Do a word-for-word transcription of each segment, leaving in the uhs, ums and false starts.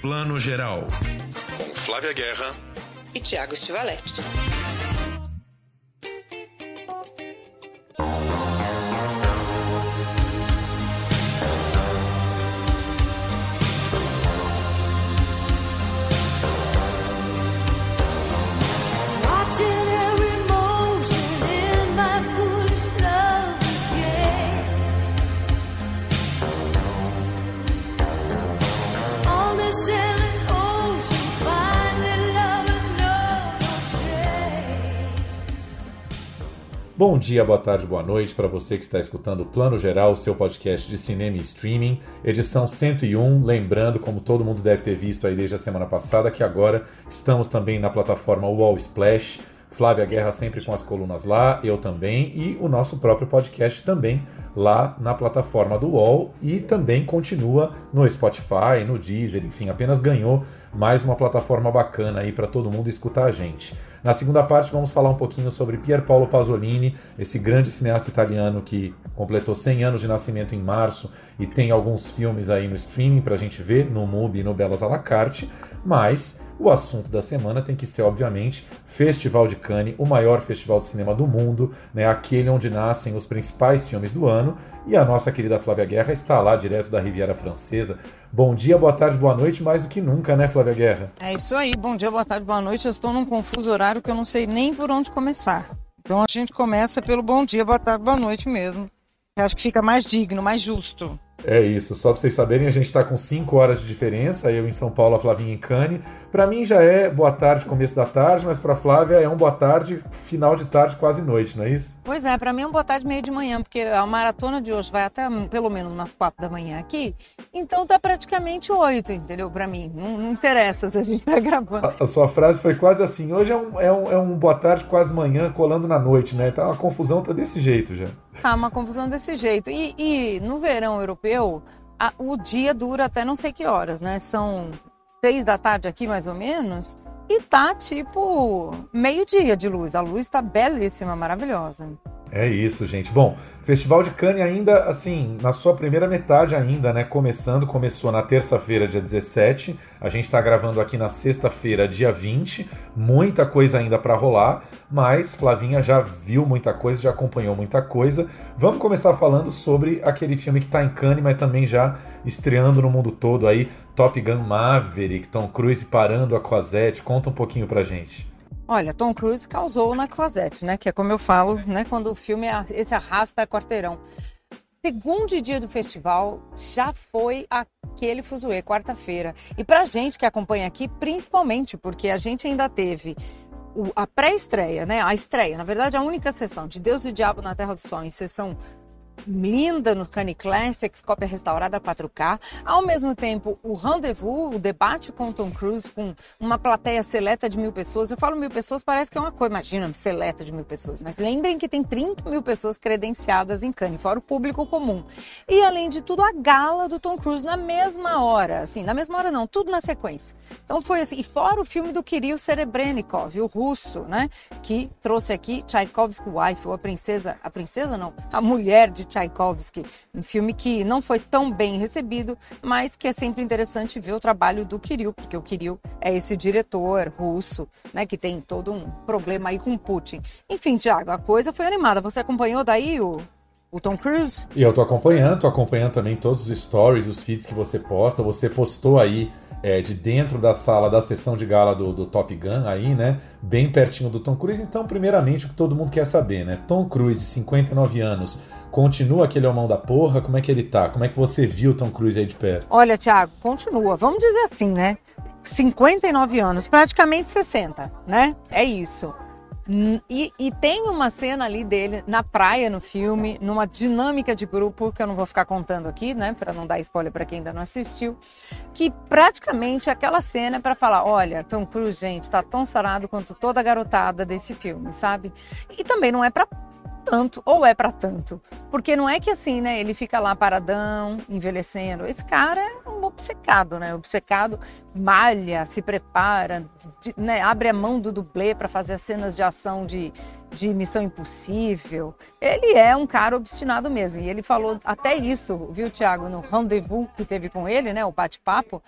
Plano Geral, com Flávia Guerra e Thiago Stivaletti. Bom dia, boa tarde, boa noite para você que está escutando o Plano Geral, seu podcast de cinema e streaming, edição cento e um. Lembrando, como todo mundo deve ter visto aí desde a semana passada, que agora estamos também na plataforma Wall Splash. Flávia Guerra sempre com as colunas lá, eu também, e o nosso próprio podcast também lá na plataforma do Wall, e também continua no Spotify, no Deezer, enfim, apenas ganhou mais uma plataforma bacana aí para todo mundo escutar a gente. Na segunda parte vamos falar um pouquinho sobre Pier Paolo Pasolini, esse grande cineasta italiano que completou cem anos de nascimento em março e tem alguns filmes aí no streaming pra gente ver, no Mubi e no Belas à la carte, mas o assunto da semana tem que ser, obviamente, Festival de Cannes, o maior festival de cinema do mundo, né, aquele onde nascem os principais filmes do ano, e a nossa querida Flávia Guerra está lá, direto da Riviera Francesa. Bom dia, boa tarde, boa noite, mais do que nunca, né, Flávia Guerra? É isso aí, bom dia, boa tarde, boa noite. Eu estou num confuso horário que eu não sei nem por onde começar. Então a gente começa pelo bom dia, boa tarde, boa noite mesmo. Eu acho que fica mais digno, mais justo. É isso, só para vocês saberem, a gente está com cinco horas de diferença, eu em São Paulo, a Flavinha em Cannes. Para mim já é boa tarde, começo da tarde, mas para Flávia é um boa tarde, final de tarde, quase noite, não é isso? Pois é, para mim é um boa tarde, meio de manhã, porque a maratona de hoje vai até pelo menos umas quatro da manhã aqui, então tá praticamente oito, entendeu? Para mim, não, não interessa se a gente tá gravando. A, a sua frase foi quase assim, hoje é um, é, um, é um boa tarde, quase manhã, colando na noite, né? Tá, a confusão tá desse jeito já. Tá, uma confusão desse jeito. E, e no verão europeu, a, o dia dura até não sei que horas, né? São seis da tarde aqui, mais ou menos, e tá tipo meio-dia de luz. A luz tá belíssima, maravilhosa. É isso, gente. Bom, Festival de Cannes ainda, assim, na sua primeira metade ainda, né? Começando, começou na terça-feira, dia dezessete. A gente tá gravando aqui na sexta-feira, dia vinte. Muita coisa ainda para rolar, mas Flavinha já viu muita coisa, já acompanhou muita coisa. Vamos começar falando sobre aquele filme que tá em Cannes, mas também já estreando no mundo todo aí, Top Gun Maverick, Tom Cruise parando a Croisette. Conta um pouquinho pra gente. Olha, Tom Cruise causou na Croisette, né? Que é como eu falo, né? Quando o filme é esse arrasta quarteirão. Segundo dia do festival já foi aquele fuzuê, quarta-feira. E pra gente que acompanha aqui, principalmente, porque a gente ainda teve o, a pré-estreia, né? A estreia, na verdade, a única sessão de Deus e o Diabo na Terra do Sol, em sessão linda no Cannes Classics, cópia restaurada quatro K, ao mesmo tempo o rendezvous, o debate com o Tom Cruise, com uma plateia seleta de mil pessoas. Eu falo mil pessoas, parece que é uma coisa, imagina, seleta de mil pessoas, mas lembrem que tem trinta mil pessoas credenciadas em Cannes, fora o público comum. E além de tudo, a gala do Tom Cruise na mesma hora, assim, na mesma hora não, tudo na sequência. Então foi assim, e fora o filme do Kirill Serebrennikov, o russo, né, que trouxe aqui Tchaikovsky Wife, ou a princesa, a princesa não, a mulher de Tchaikovsky, um filme que não foi tão bem recebido, mas que é sempre interessante ver o trabalho do Kirill, porque o Kirill é esse diretor russo, né, que tem todo um problema aí com Putin. Enfim, Thiago, a coisa foi animada. Você acompanhou daí o, o Tom Cruise? E eu tô acompanhando, tô acompanhando também todos os stories, os feeds que você posta. Você postou aí é, de dentro da sala da sessão de gala do, do Top Gun aí, né, bem pertinho do Tom Cruise. Então, primeiramente, o que todo mundo quer saber, né, Tom Cruise, cinquenta e nove anos, continua aquele homão da porra? Como é que ele tá? Como é que você viu o Tom Cruise aí de perto? Olha, Thiago, continua. Vamos dizer assim, né? cinquenta e nove anos, praticamente sessenta, né? É isso. E, e tem uma cena ali dele na praia no filme, numa dinâmica de grupo, que eu não vou ficar contando aqui, né? Pra não dar spoiler pra quem ainda não assistiu. Que praticamente aquela cena é pra falar, olha, Tom Cruise, gente, tá tão sarado quanto toda a garotada desse filme, sabe? E também não é pra tanto, ou é pra tanto, porque não é que assim, né, ele fica lá paradão, envelhecendo. Esse cara é um obcecado, né, obcecado, malha, se prepara, de, né, abre a mão do dublê para fazer as cenas de ação de, de Missão Impossível. Ele é um cara obstinado mesmo, e ele falou até isso, viu, Thiago, no rendezvous que teve com ele, né, o bate-papo,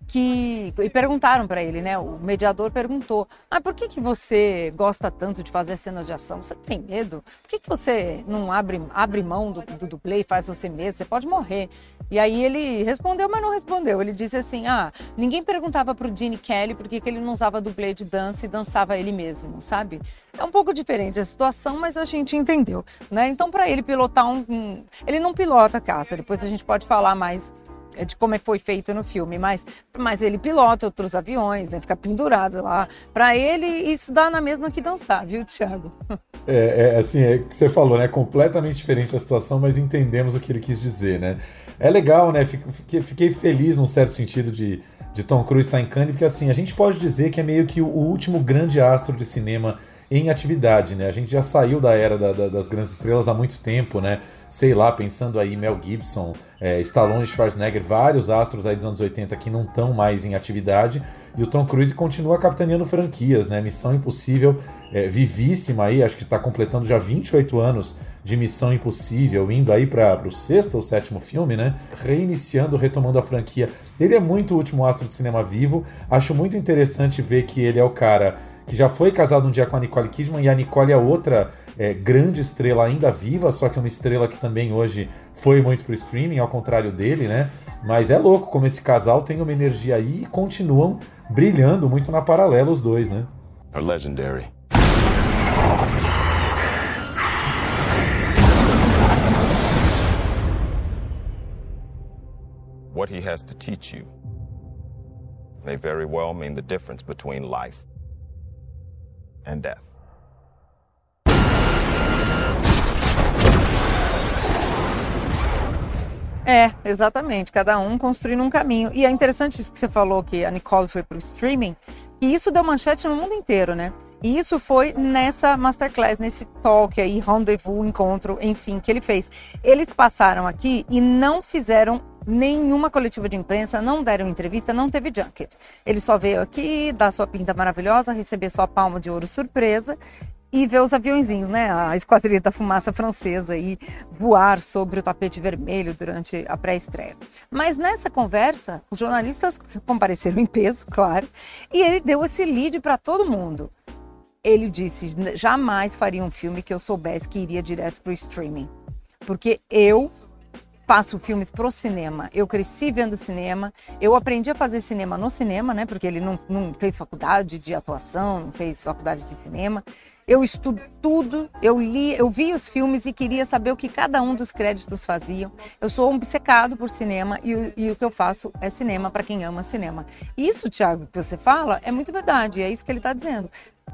que e perguntaram para ele, né? O mediador perguntou: ah, por que que você gosta tanto de fazer cenas de ação? Você tem medo? Por que que você não abre, abre mão do, do dublê e faz você mesmo? Você pode morrer. E aí ele respondeu, mas não respondeu. Ele disse assim: ah, ninguém perguntava pro Gene Kelly por que que ele não usava dublê de dança e dançava ele mesmo, sabe? É um pouco diferente a situação, mas a gente entendeu, né? Então, para ele pilotar um, um... Ele não pilota a caça, depois a gente pode falar mais de como foi feito no filme, mas, mas ele pilota outros aviões, né? Fica pendurado lá. Para ele, isso dá na mesma que dançar, viu, Thiago? É, é assim, é o que você falou, né? Completamente diferente a situação, mas entendemos o que ele quis dizer, né? É legal, né? Fiquei, fiquei feliz num certo sentido de, de Tom Cruise estar em Cannes, porque assim, a gente pode dizer que é meio que o último grande astro de cinema em atividade, né? A gente já saiu da era da, da, das grandes estrelas há muito tempo, né? Sei lá, pensando aí Mel Gibson, é, Stallone, Schwarzenegger, vários astros aí dos anos oitenta que não estão mais em atividade, e o Tom Cruise continua capitaneando franquias, né? Missão Impossível, é, vivíssima aí, acho que está completando já vinte e oito anos de Missão Impossível, indo aí para o sexto ou sétimo filme, né? Reiniciando, retomando a franquia. Ele é muito o último astro de cinema vivo. Acho muito interessante ver que ele é o cara que já foi casado um dia com a Nicole Kidman, e a Nicole é outra é, grande estrela ainda viva, só que uma estrela que também hoje foi muito pro streaming, ao contrário dele, né? Mas é louco como esse casal tem uma energia aí e continuam brilhando muito na paralela os dois, né? Are legendary. What he has to teach you may very well mean the difference between life and death. É, exatamente. Cada um construindo um caminho. E é interessante isso que você falou, que a Nicole foi pro streaming, e isso deu manchete no mundo inteiro, né? E isso foi nessa masterclass, nesse talk aí, rendezvous, encontro, enfim, que ele fez. Eles passaram aqui e não fizeram nenhuma coletiva de imprensa, não deram entrevista, não teve junket. Ele só veio aqui, dar sua pinta maravilhosa, receber sua palma de ouro surpresa e ver os aviãozinhos, né? A Esquadrilha da Fumaça francesa aí voar sobre o tapete vermelho durante a pré-estreia. Mas nessa conversa, os jornalistas compareceram em peso, claro, e ele deu esse lead para todo mundo. Ele disse: jamais faria um filme que eu soubesse que iria direto para o streaming, porque eu faço filmes pro cinema, eu cresci vendo cinema, eu aprendi a fazer cinema no cinema, né? Porque ele não, não fez faculdade de atuação, não fez faculdade de cinema. Eu estudo tudo, eu li, eu vi os filmes e queria saber o que cada um dos créditos faziam. Eu sou um obcecado por cinema e, e o que eu faço é cinema para quem ama cinema. Isso, Thiago, que você fala, é muito verdade, é isso que ele está dizendo.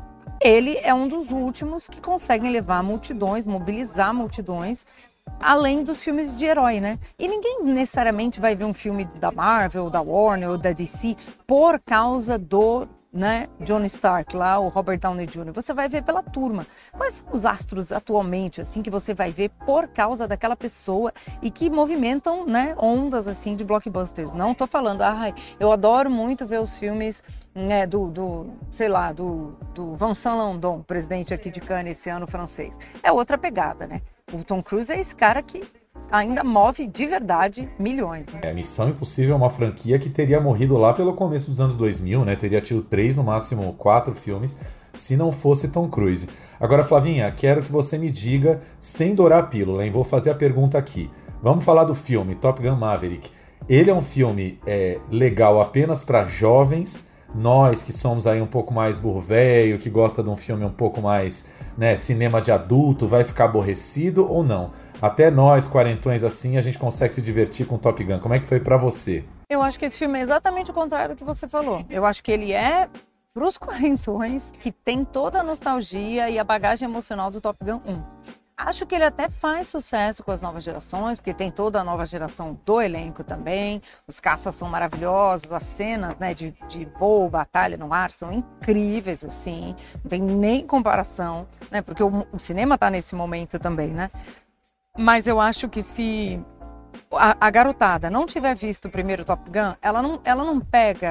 Ele é um dos últimos que conseguem levar multidões, mobilizar multidões, além dos filmes de herói, né? E ninguém necessariamente vai ver um filme da Marvel, da Warner ou da D C por causa do, né, Johnny Stark lá, o Robert Downey júnior Você vai ver pela turma. Quais são os astros atualmente, assim, que você vai ver por causa daquela pessoa e que movimentam, né, ondas, assim, de blockbusters? Não tô falando, ai, eu adoro muito ver os filmes, né, do, do sei lá, do, do Vincent Landon, presidente aqui de Cannes esse ano, francês. É outra pegada, né? O Tom Cruise é esse cara que ainda move de verdade milhões. Né? É, Missão Impossível é uma franquia que teria morrido lá pelo começo dos anos dois mil, né? Teria tido três, no máximo quatro filmes, se não fosse Tom Cruise. Agora, Flavinha, quero que você me diga, sem dourar a pílula, hein? Vou fazer a pergunta aqui. Vamos falar do filme Top Gun Maverick. Ele é um filme é, legal apenas para jovens? Nós que somos aí um pouco mais burro velho, que gosta de um filme um pouco mais, né, cinema de adulto, vai ficar aborrecido ou não? Até nós, quarentões assim, a gente consegue se divertir com Top Gun. Como é que foi pra você? Eu acho que esse filme é exatamente o contrário do que você falou. Eu acho que ele é pros quarentões que tem toda a nostalgia e a bagagem emocional do Top Gun um. Acho que ele até faz sucesso com as novas gerações, porque tem toda a nova geração do elenco também. Os caças são maravilhosos, as cenas, né, de, de voo, batalha no ar são incríveis, assim. Não tem nem comparação, né, porque o, o cinema está nesse momento também, né. Mas eu acho que se a, a garotada não tiver visto o primeiro Top Gun, ela não, ela não pega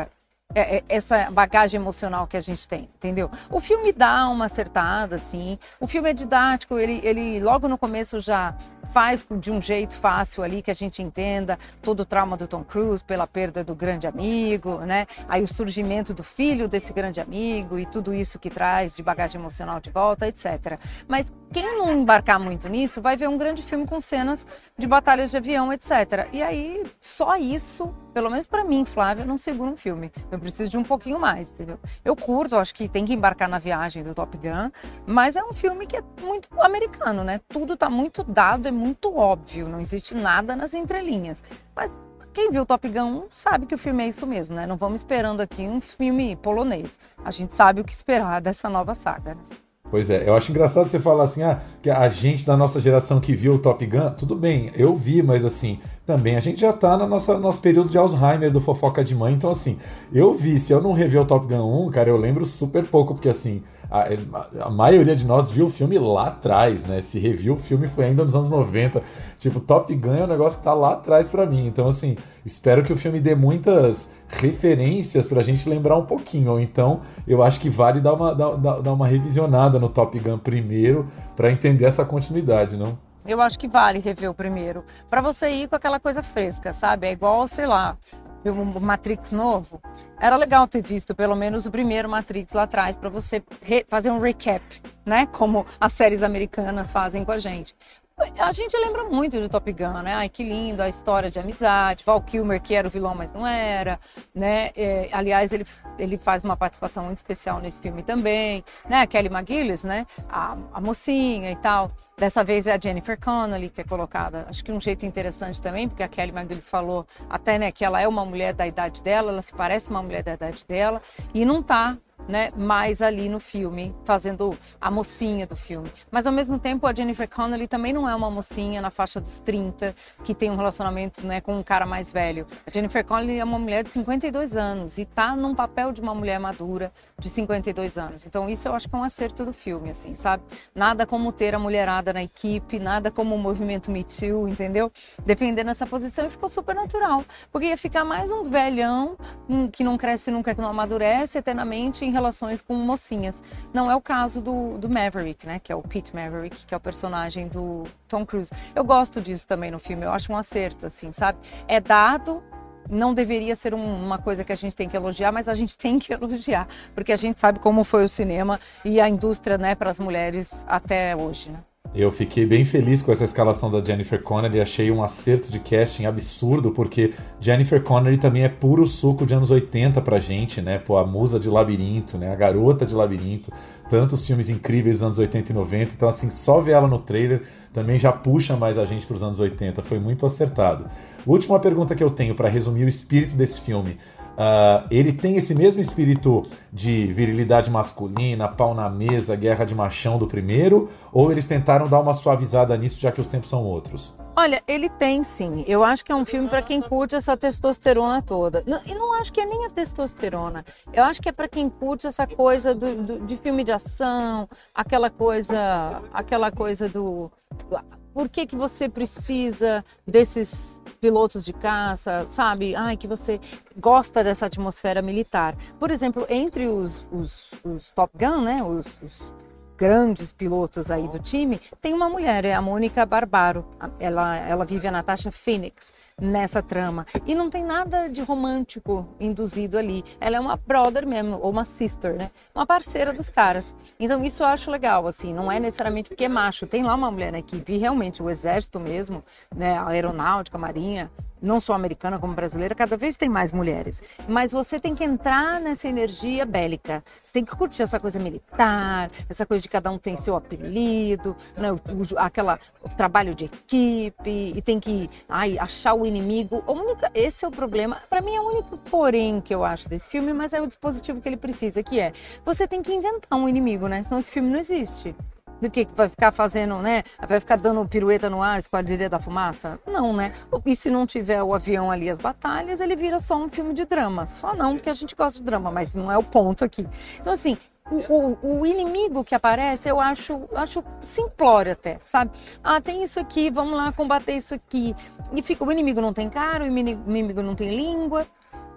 essa bagagem emocional que a gente tem, entendeu? O filme dá uma acertada, assim, o filme é didático, ele, ele logo no começo já faz de um jeito fácil ali que a gente entenda todo o trauma do Tom Cruise pela perda do grande amigo, né? Aí o surgimento do filho desse grande amigo e tudo isso que traz de bagagem emocional de volta, etcétera. Mas quem não embarcar muito nisso vai ver um grande filme com cenas de batalhas de avião, etcétera. E aí, só isso, pelo menos pra mim, Flávia, não segura um filme. Eu preciso de um pouquinho mais, entendeu? Eu curto, acho que tem que embarcar na viagem do Top Gun, mas é um filme que é muito americano, né? Tudo tá muito dado, é muito óbvio, não existe nada nas entrelinhas. Mas quem viu Top Gun um sabe que o filme é isso mesmo, né? Não vamos esperando aqui um filme polonês. A gente sabe o que esperar dessa nova saga, né? Pois é, eu acho engraçado você falar assim, ah, que a gente da nossa geração que viu o Top Gun, tudo bem, eu vi, mas assim, também a gente já tá no nosso, nosso período de Alzheimer do fofoca de mãe, então assim, eu vi, se eu não rever o Top Gun um, cara, eu lembro super pouco, porque assim, a, a maioria de nós viu o filme lá atrás, né, se reviu o filme foi ainda nos anos noventa, tipo, Top Gun é um negócio que tá lá atrás pra mim, então assim, espero que o filme dê muitas referências pra gente lembrar um pouquinho, ou então eu acho que vale dar uma, dar, dar uma revisionada no Top Gun primeiro pra entender essa continuidade, não? Eu acho que vale rever o primeiro, pra você ir com aquela coisa fresca, sabe? É igual, sei lá, o Matrix novo. Era legal ter visto pelo menos o primeiro Matrix lá atrás, pra você fazer um recap, né? Como as séries americanas fazem com a gente. A gente lembra muito do Top Gun, né? Ai, que lindo, a história de amizade, Val Kilmer, que era o vilão, mas não era, né? É, aliás, ele, ele faz uma participação muito especial nesse filme também, né? A Kelly McGillis, né? A, a mocinha e tal. Dessa vez é a Jennifer Connelly que é colocada. Acho que um jeito interessante também, porque a Kelly McGillis falou até, né, que ela é uma mulher da idade dela, ela se parece uma mulher da idade dela, e não tá, né, mais ali no filme, fazendo a mocinha do filme. Mas ao mesmo tempo a Jennifer Connelly também não é uma mocinha na faixa dos trinta, que tem um relacionamento, né, com um cara mais velho. A Jennifer Connelly é uma mulher de cinquenta e dois anos e tá num papel de uma mulher madura de cinquenta e dois anos. Então isso eu acho que é um acerto do filme, assim, sabe? Nada como ter a mulherada na equipe, nada como o movimento Me Too, entendeu? Defendendo essa posição, e ficou super natural, porque ia ficar mais um velhão um, que não cresce nunca, que não amadurece eternamente em relações com mocinhas. Não é o caso do, do Maverick, né? Que é o Pete Maverick, que é o personagem do Tom Cruise. Eu gosto disso também no filme, eu acho um acerto, assim, sabe? É dado, não deveria ser um, uma coisa que a gente tem que elogiar, mas a gente tem que elogiar, porque a gente sabe como foi o cinema e a indústria, né, para as mulheres até hoje, né? Eu fiquei bem feliz com essa escalação da Jennifer Connelly, achei um acerto de casting absurdo, porque Jennifer Connelly também é puro suco de anos oitenta pra gente, né? Pô, a musa de Labirinto, né? A garota de Labirinto, tantos filmes incríveis dos anos oitenta e noventa, então assim, só ver ela no trailer também já puxa mais a gente pros anos oitenta, foi muito acertado. Última pergunta que eu tenho para resumir o espírito desse filme. Uh, ele tem esse mesmo espírito de virilidade masculina, pau na mesa, guerra de machão do primeiro, ou eles tentaram dar uma suavizada nisso, já que os tempos são outros? Olha, ele tem sim. Eu acho que é um filme para quem curte essa testosterona toda. E não acho que é nem a testosterona. Eu acho que é para quem curte essa coisa do, do, de filme de ação, aquela coisa, aquela coisa do... Por que que você precisa desses pilotos de caça, sabe? Ai, que você gosta dessa atmosfera militar. Por exemplo, entre os, os, os Top Gun, né? Os, os grandes pilotos aí do time, tem uma mulher, é a Mônica Barbaro. Ela, ela vive a Natasha Phoenix nessa trama. E não tem nada de romântico induzido ali. Ela é uma brother mesmo, ou uma sister, né? Uma parceira dos caras. Então isso eu acho legal, assim, não é necessariamente porque é macho. Tem lá uma mulher na equipe, e realmente o exército mesmo, né? A aeronáutica, a marinha, não só americana como brasileira, cada vez tem mais mulheres. Mas você tem que entrar nessa energia bélica. Você tem que curtir essa coisa militar, essa coisa de cada um tem seu apelido, né? o, o, aquela, o trabalho de equipe, e tem que ai, achar o inimigo. A única, esse é o problema. Para mim é o único porém que eu acho desse filme, mas é o dispositivo que ele precisa, que é, você tem que inventar um inimigo, né? Senão esse filme não existe. Do que vai ficar fazendo, né? Vai ficar dando pirueta no ar, Esquadrilha da Fumaça? Não, né? E se não tiver o avião ali, as batalhas, ele vira só um filme de drama. Só não, porque a gente gosta de drama, mas não é o ponto aqui. Então, assim, o, o, o inimigo que aparece, eu acho, acho simplório até, sabe? Ah, tem isso aqui, vamos lá combater isso aqui. E fica, o inimigo não tem cara, o inimigo não tem língua.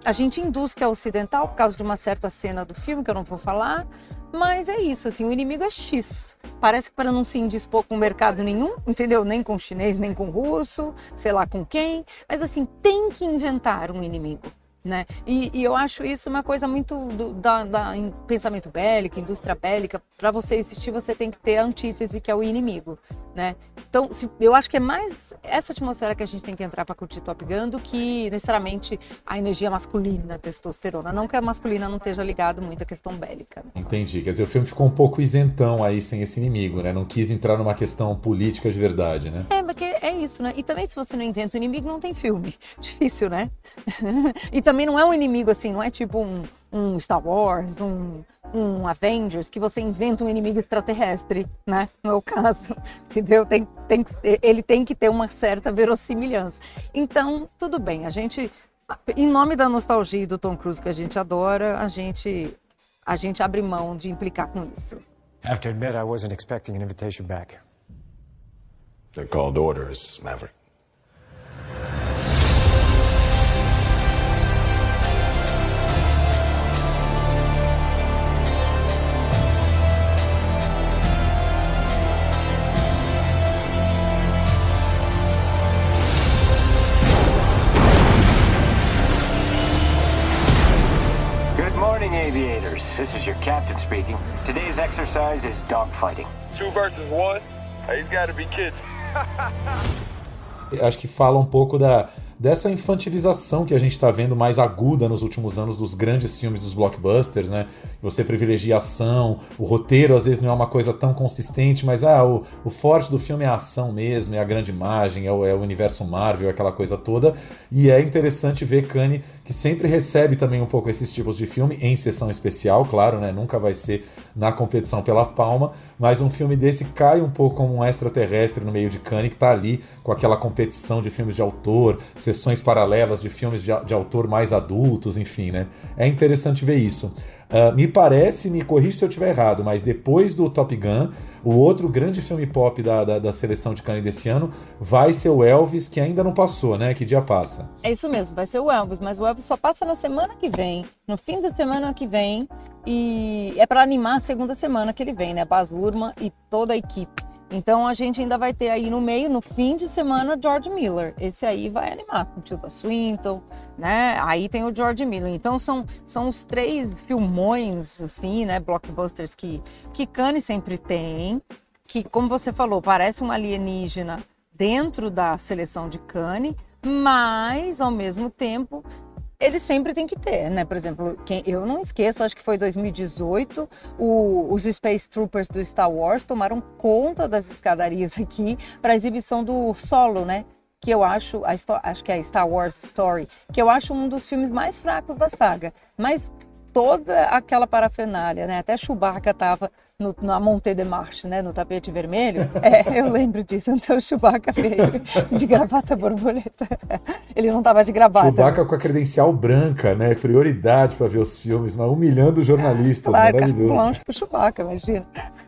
a gente induz que é ocidental por causa de uma certa cena do filme, que eu não vou falar, mas é isso, assim, o inimigo é X. Parece que para não se indispor com mercado nenhum, entendeu? Nem com chinês, nem com russo, sei lá com quem, mas assim, tem que inventar um inimigo. Né? E, e eu acho isso uma coisa muito do, da, da em pensamento bélico, indústria bélica. Para você existir, você tem que ter a antítese, que é o inimigo, né? Então, se, eu acho que é mais essa atmosfera que a gente tem que entrar para curtir Top Gun do que necessariamente a energia masculina, a testosterona. Não que a masculina não esteja ligado muito à questão bélica. Né? Entendi. Quer dizer, o filme ficou um pouco isentão aí sem esse inimigo, né? Não quis entrar numa questão política de verdade, né? É, porque é isso, né? E também se você não inventa o inimigo, não tem filme. Difícil, né? E também não é um inimigo assim, não é tipo um, um Star Wars, um, um Avengers, que você inventa um inimigo extraterrestre, né? Não é o caso, entendeu? Tem, tem que, ele tem que ter uma certa verossimilhança. Então, tudo bem, a gente, em nome da nostalgia do Tom Cruise que a gente adora, a gente, a gente abre mão de implicar com isso. I have to admit, I wasn't expecting an invitation back. They're called orders, Maverick. Aviators, this is your captain speaking. Today's exercise is dogfighting. Two versus one? He's gotta be kidding. Acho que fala um pouco da, dessa infantilização que a gente está vendo mais aguda nos últimos anos dos grandes filmes, dos blockbusters, né? Você privilegia a ação, o roteiro às vezes não é uma coisa tão consistente, mas ah, o, o forte do filme é a ação mesmo, é a grande imagem, é o, é o universo Marvel, aquela coisa toda. E é interessante ver Cannes, que sempre recebe também um pouco esses tipos de filme, em sessão especial, claro, né? Nunca vai ser na competição pela palma, mas um filme desse cai um pouco como um extraterrestre no meio de Cannes, que está ali com aquela competição de filmes de autor, sessões paralelas de filmes de, de autor mais adultos, enfim, né? É interessante ver isso. Uh, me parece, me corrija se eu estiver errado, mas depois do Top Gun, o outro grande filme pop da, da, da seleção de Cannes desse ano vai ser o Elvis, que ainda não passou, né? Que dia passa? É isso mesmo, vai ser o Elvis, mas o Elvis só passa na semana que vem, no fim da semana que vem, e é para animar a segunda semana que ele vem, né? Baz Luhrmann e toda a equipe. Então a gente ainda vai ter aí no meio, no fim de semana, George Miller. Esse aí vai animar com Tilda Swinton, né? Aí tem o George Miller. Então são, são os três filmões, assim, né? Blockbusters que, que Cannes sempre tem. Que, como você falou, parece um alienígena dentro da seleção de Cannes, mas, ao mesmo tempo, ele sempre tem que ter, né? Por exemplo, quem, eu não esqueço, acho que foi dois mil e dezoito, o, os Space Troopers do Star Wars tomaram conta das escadarias aqui para a exibição do Solo, né? Que eu acho, a, acho que é a Star Wars Story, que eu acho um dos filmes mais fracos da saga. Mas toda aquela parafernália, né? Até Chewbacca estava na Montée de Marche, né? No tapete vermelho. É, eu lembro disso. Então o Chewbacca veio de gravata borboleta. Ele não estava de gravata. Chewbacca com a credencial branca, né? Prioridade para ver os filmes, mas humilhando os jornalistas. Claro, maravilhoso. Carte pro Chewbacca, imagina.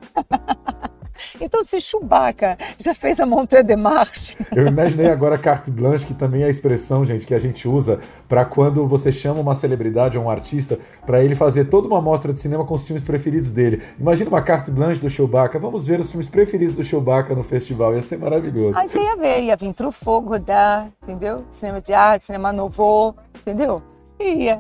Então, se Chewbacca já fez a Montée de Marche... Eu imaginei agora carte blanche, que também é a expressão, gente, que a gente usa para quando você chama uma celebridade ou um artista para ele fazer toda uma mostra de cinema com os filmes preferidos dele. Imagina uma carte blanche do Chewbacca. Vamos ver os filmes preferidos do Chewbacca no festival. Ia ser maravilhoso. Aí você ia ver, ia vir Truffaut, Godard, entendeu? Cinema de arte, cinema novo, entendeu? Ia.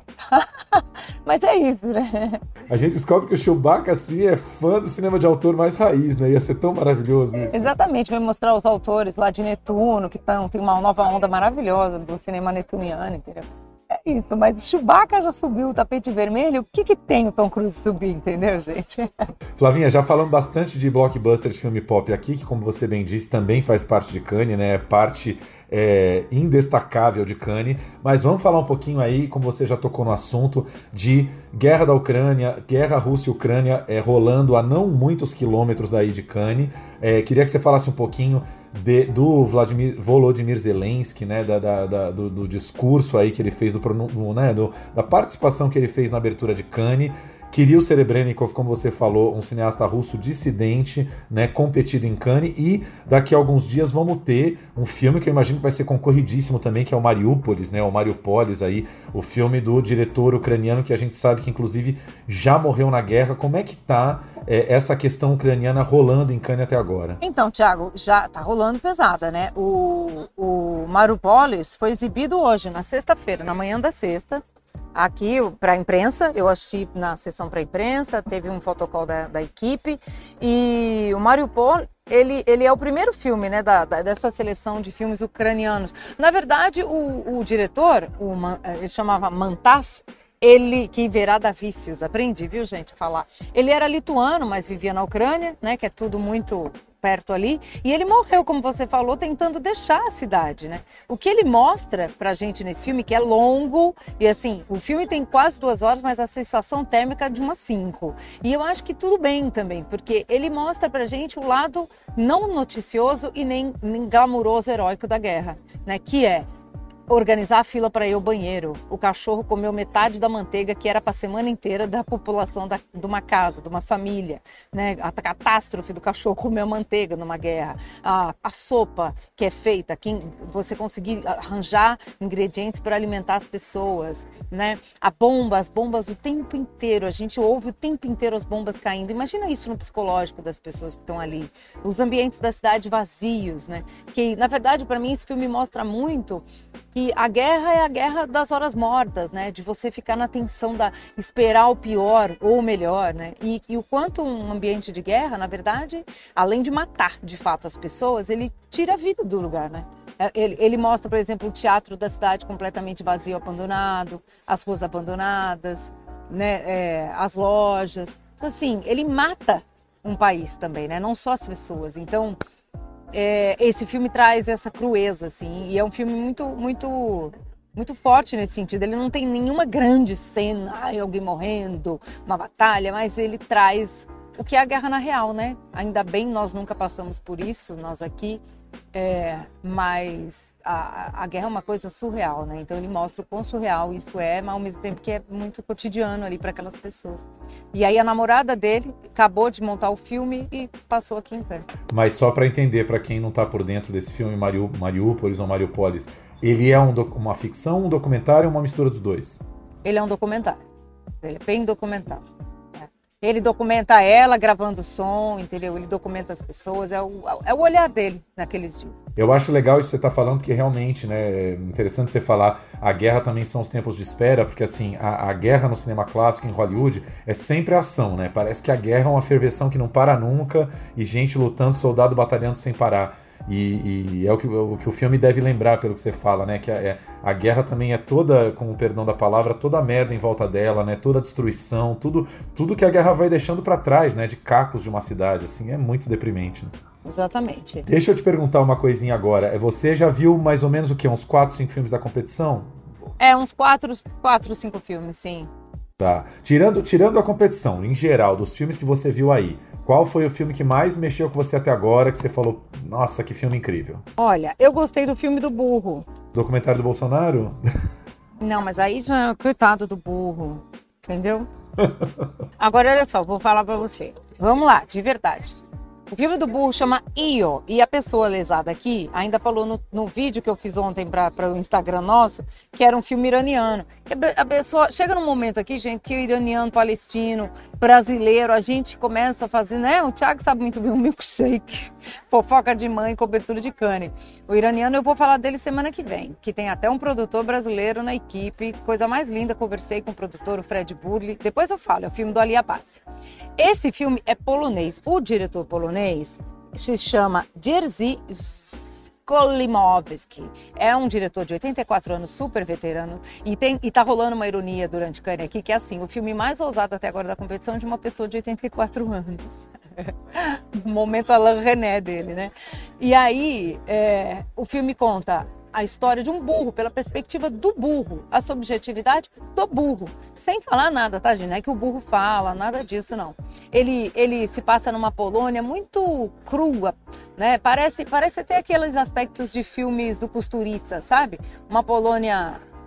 Mas é isso, né? A gente descobre que o Chewbacca, assim, é fã do cinema de autor mais raiz, né? Ia ser tão maravilhoso isso. Exatamente, vai mostrar os autores lá de Netuno, que tão, tem uma nova onda maravilhosa do cinema netuniano, entendeu? É isso, mas Chewbacca já subiu o tapete vermelho, o que que tem o Tom Cruise subir, entendeu, gente? Flavinha, já falamos bastante de blockbuster de filme pop aqui, que, como você bem disse, também faz parte de Cannes, né? Parte é, indestacável de Cannes, mas vamos falar um pouquinho aí, como você já tocou no assunto, de guerra da Ucrânia, guerra Rússia e Ucrânia é, rolando a não muitos quilômetros aí de Cannes. É, queria que você falasse um pouquinho De, do Vladimir Volodymyr Zelensky, né, da, da, da, do, do discurso aí que ele fez, do, né, do, da participação que ele fez na abertura de Cannes, Kirill Serebrennikov, como você falou, um cineasta russo dissidente, né, competido em Cannes, e daqui a alguns dias vamos ter um filme que eu imagino que vai ser concorridíssimo também, que é o Mariúpolis, né, o Mariúpolis aí, o filme do diretor ucraniano, que a gente sabe que inclusive já morreu na guerra. Como é que tá é, essa questão ucraniana rolando em Cannes até agora? Então, Thiago, já tá rolando pesada, né? O, o Mariúpolis foi exibido hoje, na sexta-feira, na manhã da sexta, aqui para a imprensa. Eu assisti na sessão para a imprensa, teve um fotocall da, da equipe, e o Mariúpol, ele, ele é o primeiro filme, né, da, da, dessa seleção de filmes ucranianos. Na verdade, o, o diretor, o, ele chamava Mantas, ele, que verá da vícios, aprendi, viu, gente, a falar. Ele era lituano, mas vivia na Ucrânia, né, que é tudo muito perto ali, e ele morreu, como você falou, tentando deixar a cidade, né? O que ele mostra pra gente nesse filme, que é longo, e assim, o filme tem quase duas horas, mas a sensação térmica é de umas cinco. E eu acho que tudo bem também, porque ele mostra pra gente o lado não noticioso e nem, nem glamuroso, heróico da guerra, né? Que é organizar a fila para ir ao banheiro. O cachorro comeu metade da manteiga que era para a semana inteira da população da, de uma casa, de uma família, né? A catástrofe do cachorro comer a manteiga numa guerra. A, a sopa que é feita, quem, você conseguir arranjar ingredientes para alimentar as pessoas, né? A bomba, as bombas o tempo inteiro, a gente ouve o tempo inteiro as bombas caindo. Imagina isso no psicológico das pessoas que estão ali. Os ambientes da cidade vazios, né? Que, na verdade, para mim, esse filme mostra muito que a guerra é a guerra das horas mortas, né? De você ficar na tensão da esperar o pior ou o melhor, né? E, e o quanto um ambiente de guerra, na verdade, além de matar de fato as pessoas, ele tira a vida do lugar, né? Ele, ele mostra, por exemplo, o teatro da cidade completamente vazio, abandonado, as ruas abandonadas, né? É, as lojas. Então, assim, ele mata um país também, né? Não só as pessoas. Então, É, esse filme traz essa crueza, assim, e é um filme muito, muito, muito forte nesse sentido. Ele não tem nenhuma grande cena, ai, alguém morrendo, uma batalha, mas ele traz o que é a guerra na real, né? Ainda bem nós nunca passamos por isso, nós aqui, é, mas a, a guerra é uma coisa surreal, né? Então ele mostra o quão surreal isso é, mas ao mesmo tempo que é muito cotidiano ali para aquelas pessoas. E aí a namorada dele acabou de montar o filme e passou aqui em perto. Mas só para entender, para quem não está por dentro desse filme, Mariú, Mariúpolis ou Mariúpolis, ele é um, uma ficção, um documentário ou uma mistura dos dois? Ele é um documentário. Ele é bem documentário. Ele documenta ela gravando o som, entendeu? Ele documenta as pessoas, é o, é o olhar dele naqueles dias. Eu acho legal isso que você está falando, porque realmente, né, é interessante você falar, a guerra também são os tempos de espera, porque assim, a, a guerra no cinema clássico, em Hollywood, é sempre ação, né? Parece que a guerra é uma ferveção que não para nunca, e gente lutando, soldado batalhando sem parar. E, e é o que, o que o filme deve lembrar, pelo que você fala, né? Que a, é, a guerra também é toda, com o perdão da palavra, toda a merda em volta dela, né? Toda a destruição, tudo, tudo que a guerra vai deixando para trás, né? De cacos de uma cidade, assim, é muito deprimente, né? Exatamente. Deixa eu te perguntar uma coisinha agora. Você já viu mais ou menos o quê? Uns quatro, cinco filmes da competição? É, uns quatro, quatro, cinco filmes, sim. Tá. Tirando, tirando a competição, em geral, dos filmes que você viu aí, qual foi o filme que mais mexeu com você até agora, que você falou, nossa, que filme incrível? Olha, eu gostei do filme do burro. Documentário do Bolsonaro? Não, mas aí já, coitado do burro, entendeu? Agora, olha só, vou falar pra você. Vamos lá, de verdade. O filme do burro chama Io, e a pessoa lesada aqui ainda falou no, no vídeo que eu fiz ontem para o Instagram nosso, que era um filme iraniano. A pessoa chega num momento aqui, gente, que o iraniano, palestino, brasileiro, a gente começa a fazer, né? O Thiago sabe muito bem o milkshake, fofoca de mãe, cobertura de cane. O iraniano eu vou falar dele semana que vem, que tem até um produtor brasileiro na equipe, coisa mais linda, conversei com o produtor, o Fred Burley, depois eu falo, é o filme do Ali Abbasi. Esse filme é polonês, o diretor polonês se chama Jerzy Skolimowski. É um diretor de oitenta e quatro anos, super veterano, e, tem, e tá rolando uma ironia durante o Cannes aqui, que é assim, o filme mais ousado até agora da competição de uma pessoa de oitenta e quatro anos. O momento Alain René dele, né? E aí, é, o filme conta a história de um burro, pela perspectiva do burro, a subjetividade do burro, sem falar nada, tá, gente? Não é que o burro fala, nada disso, não. Ele, ele se passa numa Polônia muito crua, né? Parece, parece ter aqueles aspectos de filmes do Kusturica, sabe? Uma Polônia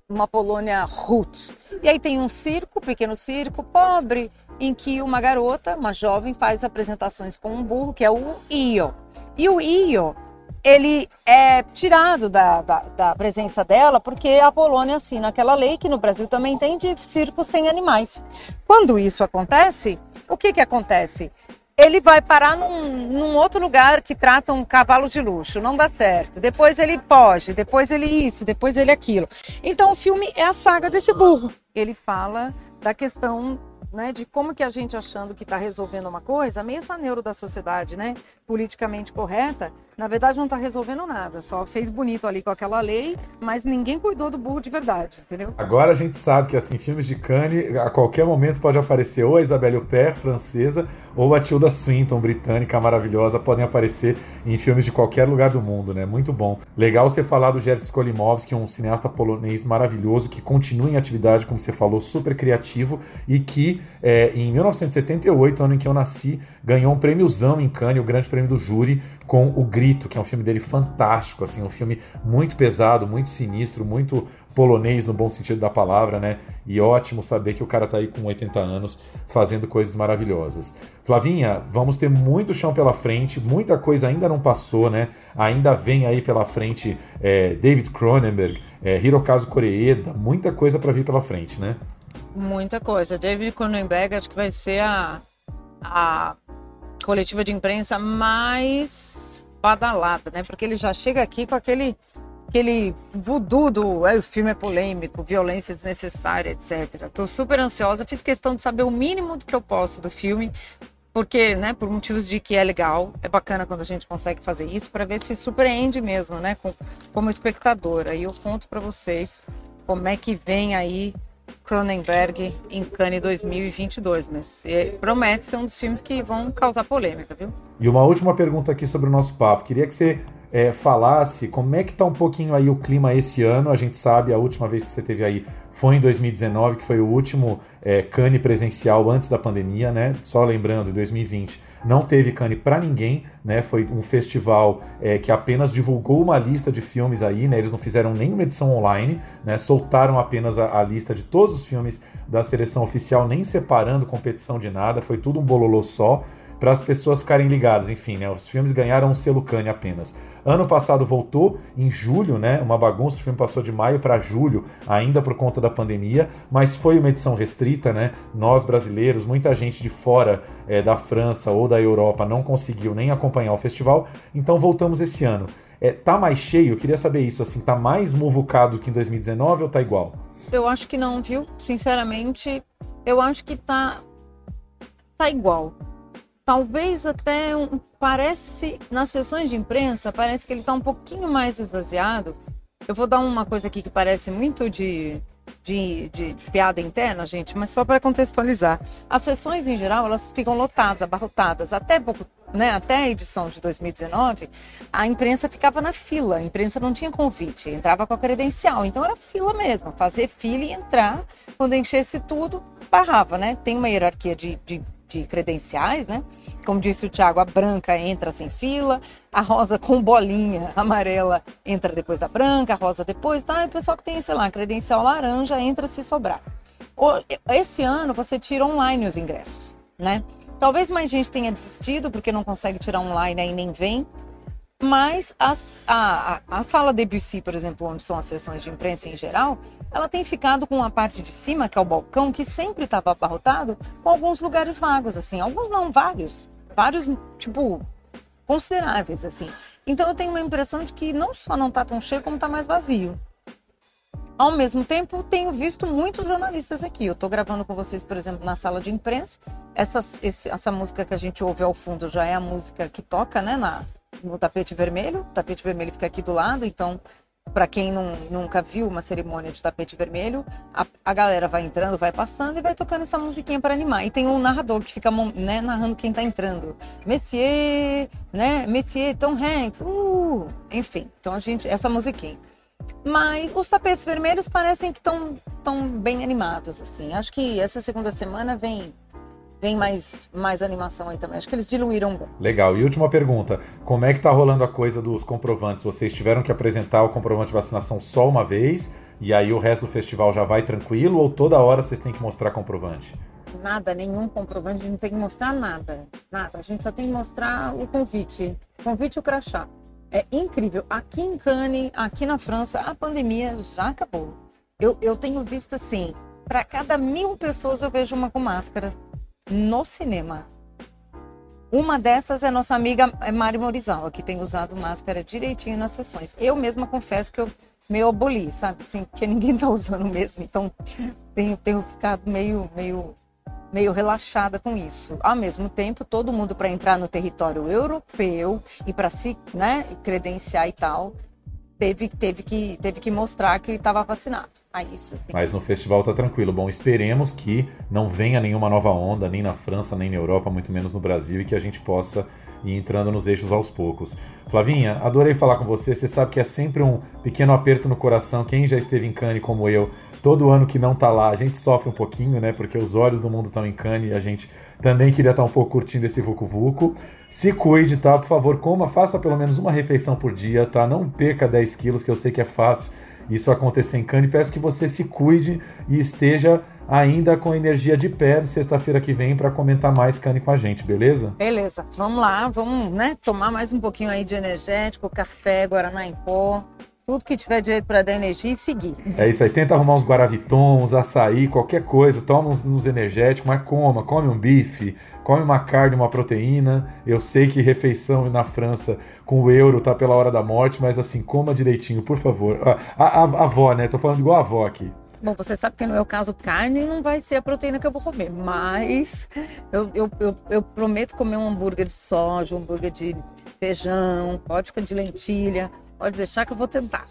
uma Polônia roots. E aí tem um circo, pequeno circo, pobre, em que uma garota, uma jovem, faz apresentações com um burro, que é o Io. E o Io, ele é tirado da, da, da presença dela porque a Polônia assina aquela lei, que no Brasil também tem, de circo sem animais. Quando isso acontece, o que que acontece? Ele vai parar num, num outro lugar que tratam cavalos de luxo, não dá certo. Depois ele foge, depois ele isso, depois ele aquilo. Então o filme é a saga desse burro. Ele fala da questão, né, de como que a gente, achando que está resolvendo uma coisa, meio essa neuro da sociedade, né, politicamente correta, na verdade não está resolvendo nada, só fez bonito ali com aquela lei, mas ninguém cuidou do burro de verdade, entendeu? Agora a gente sabe que, assim, filmes de Cannes, a qualquer momento pode aparecer ou a Isabelle Huppert, francesa, ou a Tilda Swinton, britânica, maravilhosa, podem aparecer em filmes de qualquer lugar do mundo, né? Muito bom. Legal você falar do Jerzy Skolimowski, um cineasta polonês maravilhoso, que continua em atividade, como você falou, super criativo, e que é, em mil novecentos e setenta e oito, ano em que eu nasci, ganhou um prêmiozão em Cannes, o grande prêmio do júri, com O Grito, que é um filme dele fantástico, assim, um filme muito pesado, muito sinistro, muito polonês no bom sentido da palavra, né? E ótimo saber que o cara tá aí com oitenta anos fazendo coisas maravilhosas. Flavinha, vamos ter muito chão pela frente, muita coisa ainda não passou, né? Ainda vem aí pela frente é, David Cronenberg, é, Hirokazu Koreeda, muita coisa para vir pela frente, né? Muita coisa. David Cronenberg acho que vai ser a, a coletiva de imprensa mais badalada, né? Porque ele já chega aqui com aquele aquele voodoo do é, o filme é polêmico, violência desnecessária, etcétera. Tô super ansiosa, fiz questão de saber o mínimo do que eu posso do filme, porque, né, por motivos de que é legal, é bacana quando a gente consegue fazer isso, para ver se surpreende mesmo, né, com, como espectadora. E eu conto para vocês como é que vem aí Cronenberg em Cannes dois mil e vinte e dois, mas é, promete ser um dos filmes que vão causar polêmica, viu? E uma última pergunta aqui sobre o nosso papo. Queria que você é, falasse como é que tá um pouquinho aí o clima esse ano. A gente sabe, a última vez que você teve aí foi em dois mil e dezenove, que foi o último é, Cannes presencial antes da pandemia, né? Só lembrando, em dois mil e vinte não teve Cannes para ninguém, né? Foi um festival é, que apenas divulgou uma lista de filmes aí, né? Eles não fizeram nenhuma edição online, né? Soltaram apenas a, a lista de todos os filmes da seleção oficial, nem separando competição de nada, foi tudo um bololô só, para as pessoas ficarem ligadas. Enfim, né, os filmes ganharam um selo Cannes apenas. Ano passado voltou, em julho, né, uma bagunça, o filme passou de maio para julho, ainda por conta da pandemia, mas foi uma edição restrita, né, nós brasileiros, muita gente de fora é, da França ou da Europa não conseguiu nem acompanhar o festival, então voltamos esse ano. É, tá mais cheio? Eu queria saber isso, assim, tá mais muvucado que em dois mil e dezenove ou tá igual? Eu acho que não, viu? Sinceramente, eu acho que tá, tá igual. Talvez até, um, parece, nas sessões de imprensa, parece que ele está um pouquinho mais esvaziado. Eu vou dar uma coisa aqui que parece muito de, de, de piada interna, gente, mas só para contextualizar. As sessões, em geral, elas ficam lotadas, abarrotadas. Até, pouco, né, até a edição de dois mil e dezenove, a imprensa ficava na fila. A imprensa não tinha convite, entrava com a credencial. Então era fila mesmo, fazer fila e entrar. Quando enchesse tudo, barrava, né? Tem uma hierarquia de... de de credenciais, né? Como disse o Thiago, a branca entra sem fila, a rosa com bolinha amarela entra depois da branca, a rosa depois, tá? E o pessoal que tem, sei lá, credencial laranja entra se sobrar. Esse ano você tira online os ingressos, né? Talvez mais gente tenha desistido porque não consegue tirar online aí nem vem, mas as, a, a, a sala Debussy, por exemplo, onde são as sessões de imprensa em geral, ela tem ficado com a parte de cima, que é o balcão, que sempre estava abarrotado, com alguns lugares vagos, assim. Alguns não, vários. Vários, tipo, consideráveis, assim. Então eu tenho uma impressão de que não só não está tão cheio, como está mais vazio. Ao mesmo tempo, tenho visto muitos jornalistas aqui. Eu estou gravando com vocês, por exemplo, na sala de imprensa. Essa, esse, essa música que a gente ouve ao fundo já é a música que toca, né, na... no tapete vermelho. O tapete vermelho fica aqui do lado, então, para quem não, nunca viu uma cerimônia de tapete vermelho, a, a galera vai entrando, vai passando e vai tocando essa musiquinha para animar. E tem um narrador que fica, né, narrando quem tá entrando. Messier, né, Messier, Tom Hanks, uh, enfim. Então a gente, essa musiquinha. Mas os tapetes vermelhos parecem que estão tão bem animados, assim. Acho que essa segunda semana vem... Vem mais, mais animação aí também. Acho que eles diluíram bem. Legal. E última pergunta. Como é que tá rolando a coisa dos comprovantes? Vocês tiveram que apresentar o comprovante de vacinação só uma vez? e aí o resto do festival já vai tranquilo ou toda hora vocês têm que mostrar comprovante? Nada, nenhum comprovante, a gente não tem que mostrar nada, nada. A gente só tem que mostrar o convite, o convite e o crachá. É incrível. Aqui em Cannes, aqui na França, a pandemia já acabou. Eu, eu tenho visto assim, para cada mil pessoas eu vejo uma com máscara no cinema. Uma dessas é nossa amiga Mari Morizawa, que tem usado máscara direitinho nas sessões. Eu mesma confesso que eu meio aboli, sabe? Assim, porque ninguém tá usando mesmo. Então, tenho, tenho ficado meio, meio, meio relaxada com isso. Ao mesmo tempo, todo mundo para entrar no território europeu e para se, né, credenciar e tal, teve, teve, que, teve que mostrar que estava vacinado. Ah, isso, sim. Mas no festival tá tranquilo. Bom, esperemos que não venha nenhuma nova onda, nem na França, nem na Europa, muito menos no Brasil, e que a gente possa ir entrando nos eixos aos poucos. Flavinha, adorei falar com você. Você sabe que é sempre um pequeno aperto no coração. Quem já esteve em Cannes como eu, todo ano que não tá lá, a gente sofre um pouquinho, né? Porque os olhos do mundo estão em Cannes e a gente também queria estar um pouco curtindo esse vucu-vucu. Se cuide, tá? Por favor, coma, faça pelo menos uma refeição por dia, tá? Não perca dez quilos, que eu sei que é fácil isso acontecer em Cannes. Peço que você se cuide e esteja ainda com energia de pé sexta-feira que vem para comentar mais Cannes com a gente, beleza? Beleza, vamos lá, vamos, né, tomar mais um pouquinho aí de energético, café, guaraná em pó, tudo que tiver direito para dar energia e seguir. É isso aí, tenta arrumar uns guaravitons, uns açaí, qualquer coisa, toma uns, uns energéticos, mas coma, come um bife, come uma carne, uma proteína. Eu sei que refeição na França com o euro tá pela hora da morte, mas assim, coma direitinho, por favor. A, a, a avó, né? Tô falando igual a avó aqui. Bom, você sabe que no meu caso carne não vai ser a proteína que eu vou comer, mas eu, eu, eu, eu prometo comer um hambúrguer de soja, um hambúrguer de feijão, pode ficar de lentilha, pode deixar que eu vou tentar.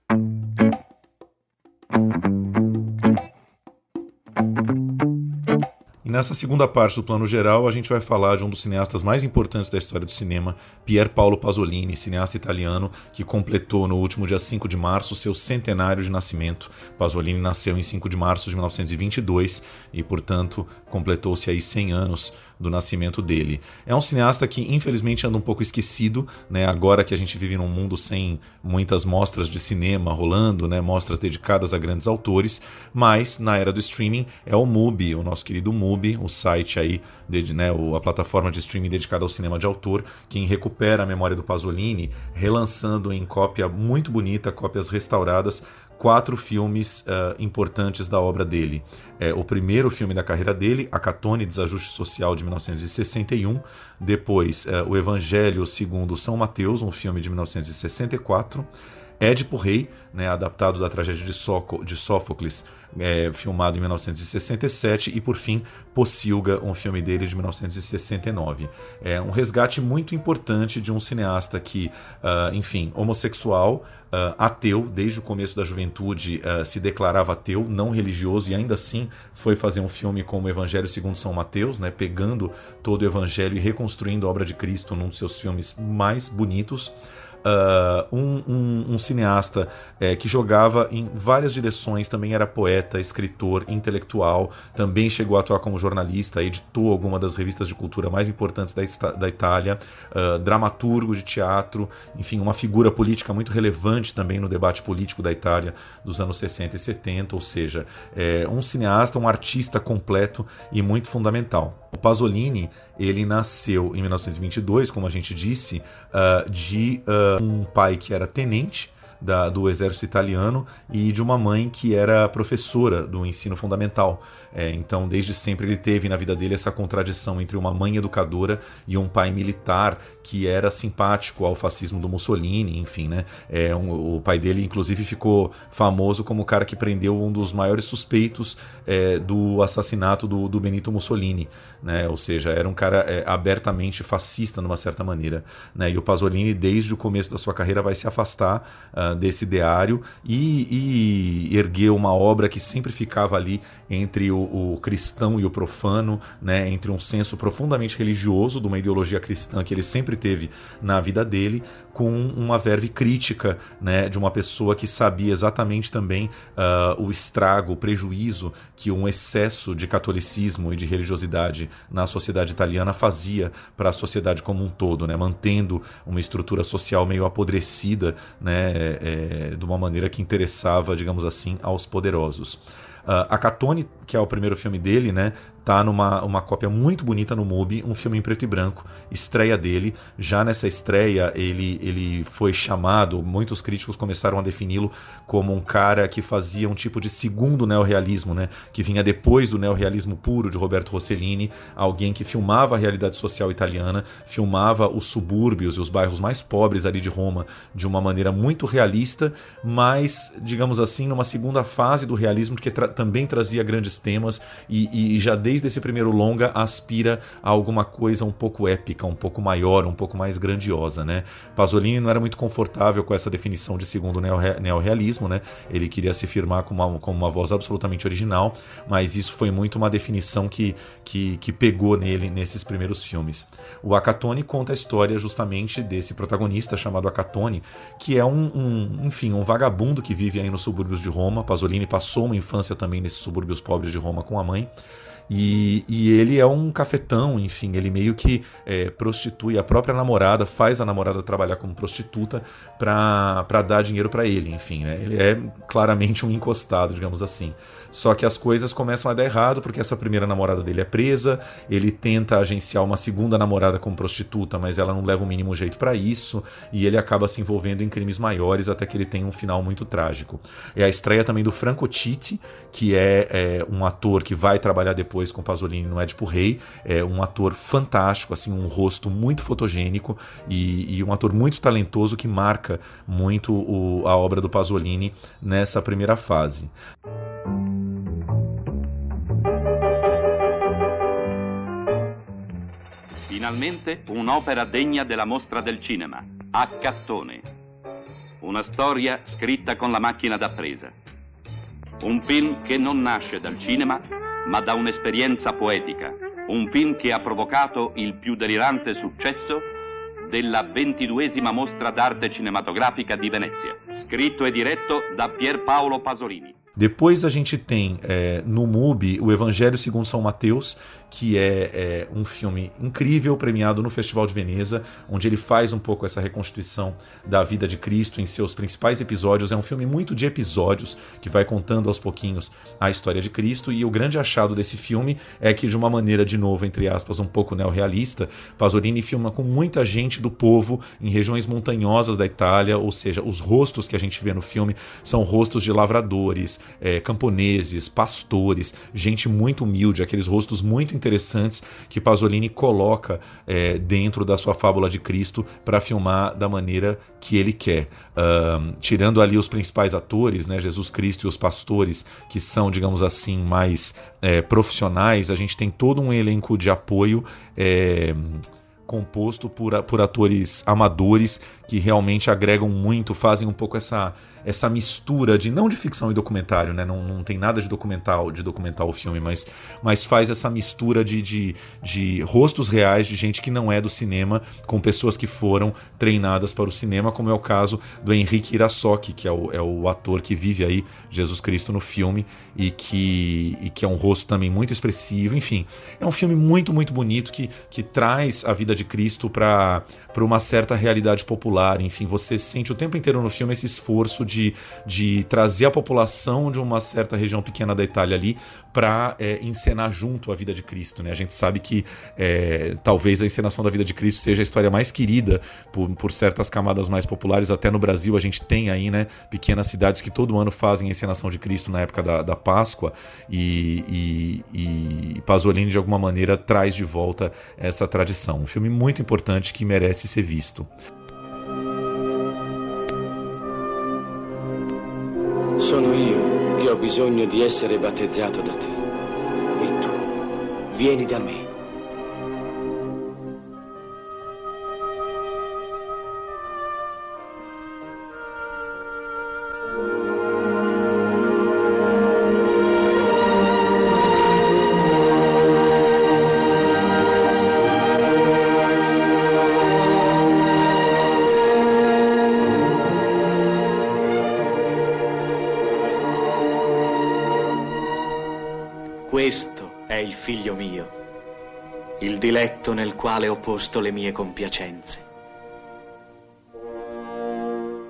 E nessa segunda parte do Plano Geral, a gente vai falar de um dos cineastas mais importantes da história do cinema, Pier Paolo Pasolini, cineasta italiano que completou no último dia cinco de março seu centenário de nascimento. Pasolini nasceu em cinco de março de mil novecentos e vinte e dois e, portanto, completou-se aí cem anos do nascimento dele. É um cineasta que infelizmente anda um pouco esquecido, né? Agora que a gente vive num mundo sem muitas mostras de cinema rolando, né? Mostras dedicadas a grandes autores, mas na era do streaming é o Mubi, o nosso querido Mubi, o site aí, de, né? a plataforma de streaming dedicada ao cinema de autor, quem recupera a memória do Pasolini, relançando em cópia muito bonita, cópias restauradas, quatro filmes uh, importantes da obra dele. É, o primeiro filme da carreira dele, A Catone, Desajuste Social, de mil novecentos e sessenta e um. Depois, uh, O Evangelho segundo São Mateus, um filme de mil novecentos e sessenta e quatro. Édipo Rei, né, adaptado da tragédia de, Soco, de Sófocles, é, filmado em mil novecentos e sessenta e sete, e por fim Pocilga, um filme dele de mil novecentos e sessenta e nove. É um resgate muito importante de um cineasta que, uh, enfim, homossexual, uh, ateu, desde o começo da juventude uh, se declarava ateu, não religioso, e ainda assim foi fazer um filme como o Evangelho segundo São Mateus, né, pegando todo o Evangelho e reconstruindo a obra de Cristo num dos seus filmes mais bonitos. Uh, um, um, um cineasta é, que jogava em várias direções, também era poeta, escritor, intelectual, também chegou a atuar como jornalista, editou algumas das revistas de cultura mais importantes da, da Itália, uh, dramaturgo de teatro, enfim, uma figura política muito relevante também no debate político da Itália dos anos sessenta e setenta, ou seja, é, um cineasta, um artista completo e muito fundamental. O Pasolini, ele nasceu em mil novecentos e vinte e dois, como a gente disse, uh, de uh, um pai que era tenente da, do exército italiano e de uma mãe que era professora do ensino fundamental. É, então, desde sempre ele teve na vida dele essa contradição entre uma mãe educadora e um pai militar que era simpático ao fascismo do Mussolini, enfim, né? É, um, o pai dele, inclusive, ficou famoso como o cara que prendeu um dos maiores suspeitos é, do assassinato do, do Benito Mussolini, né? Ou seja, era um cara é, abertamente fascista, numa certa maneira, né? E o Pasolini, desde o começo da sua carreira, vai se afastar uh, desse ideário e, e ergueu uma obra que sempre ficava ali entre o o cristão e o profano, né, entre um senso profundamente religioso de uma ideologia cristã que ele sempre teve na vida dele, com uma verve crítica, né, de uma pessoa que sabia exatamente também uh, o estrago, o prejuízo que um excesso de catolicismo e de religiosidade na sociedade italiana fazia para a sociedade como um todo, né, mantendo uma estrutura social meio apodrecida, né, é, de uma maneira que interessava, digamos assim, aos poderosos. Uh, a Catone, que é o primeiro filme dele, né, tá numa uma cópia muito bonita no MUBI, um filme em preto e branco, estreia dele. Já nessa estreia ele, ele foi chamado, muitos críticos começaram a defini-lo como um cara que fazia um tipo de segundo neorrealismo, né, que vinha depois do neorrealismo puro de Roberto Rossellini, alguém que filmava a realidade social italiana, filmava os subúrbios e os bairros mais pobres ali de Roma de uma maneira muito realista, mas, digamos assim, numa segunda fase do realismo, que tra- também trazia grandes temas e, e já desde esse primeiro longa aspira a alguma coisa um pouco épica, um pouco maior, um pouco mais grandiosa, né? Pasolini não era muito confortável com essa definição de segundo neorrealismo, né? Ele queria se firmar com uma, com uma voz absolutamente original, mas isso foi muito uma definição que, que, que pegou nele nesses primeiros filmes. O Acatone conta a história justamente desse protagonista chamado Acatone, que é um, um, enfim, um vagabundo que vive aí nos subúrbios de Roma. Pasolini passou uma infância também nesses subúrbios pobres de Roma com a mãe. E, e ele é um cafetão, enfim, ele meio que é, prostitui a própria namorada, faz a namorada trabalhar como prostituta para dar dinheiro para ele, enfim, né? Ele é claramente um encostado, digamos assim. Só que as coisas começam a dar errado porque essa primeira namorada dele é presa, ele tenta agenciar uma segunda namorada como prostituta, mas ela não leva o mínimo jeito para isso, e ele acaba se envolvendo em crimes maiores até que ele tem um final muito trágico. É a estreia também do Franco Citti, que é, é um ator que vai trabalhar depois com Pasolini no Édipo Rei, é um ator fantástico, assim, um rosto muito fotogênico e, e um ator muito talentoso que marca muito o, a obra do Pasolini nessa primeira fase. Finalmente un'opera degna della mostra del cinema, Accattone. Una storia scritta con la macchina da presa. Un film che non nasce dal cinema, ma da un'esperienza poetica. Un film che ha provocato il più delirante successo della ventiduesima mostra d'arte cinematografica di Venezia. Scritto e diretto da Pier Paolo Pasolini. Depois a gente tem é, no MUBI o Evangelho segundo São Mateus, que é, é um filme incrível, premiado no Festival de Veneza, onde ele faz um pouco essa reconstituição da vida de Cristo em seus principais episódios. É um filme muito de episódios, que vai contando aos pouquinhos a história de Cristo, e o grande achado desse filme é que, de uma maneira, de novo, entre aspas, um pouco neorrealista, Pasolini filma com muita gente do povo em regiões montanhosas da Itália, ou seja, os rostos que a gente vê no filme são rostos de lavradores, é, camponeses, pastores, gente muito humilde, aqueles rostos muito interessantes que Pasolini coloca é, dentro da sua fábula de Cristo para filmar da maneira que ele quer. Um, tirando ali os principais atores, né, Jesus Cristo e os pastores, que são, digamos assim, mais é, profissionais, a gente tem todo um elenco de apoio é, composto por, por atores amadores que realmente agregam muito, fazem um pouco essa, essa mistura de, não de ficção e documentário, né? não, não tem nada de documental, de documental o filme, mas, mas faz essa mistura de, de, de rostos reais de gente que não é do cinema, com pessoas que foram treinadas para o cinema, como é o caso do Henrique Irasoki, que é o, é o ator que vive aí Jesus Cristo no filme e que, e que é um rosto também muito expressivo. Enfim, é um filme muito, muito bonito que, que traz a vida de Cristo para para uma certa realidade popular. Enfim, você sente o tempo inteiro no filme esse esforço de, de trazer a população de uma certa região pequena da Itália ali para é, encenar junto a vida de Cristo, né? A gente sabe que é, talvez a encenação da vida de Cristo seja a história mais querida por, por certas camadas mais populares. Até no Brasil a gente tem aí, né, pequenas cidades que todo ano fazem a encenação de Cristo na época da, da Páscoa, e, e, e Pasolini de alguma maneira traz de volta essa tradição. Um filme muito importante que merece ser visto. Sono io che ho bisogno di essere battezzato da te. E tu vieni da me. Questo è il figlio mio, il diletto nel quale ho posto le mie compiacenze.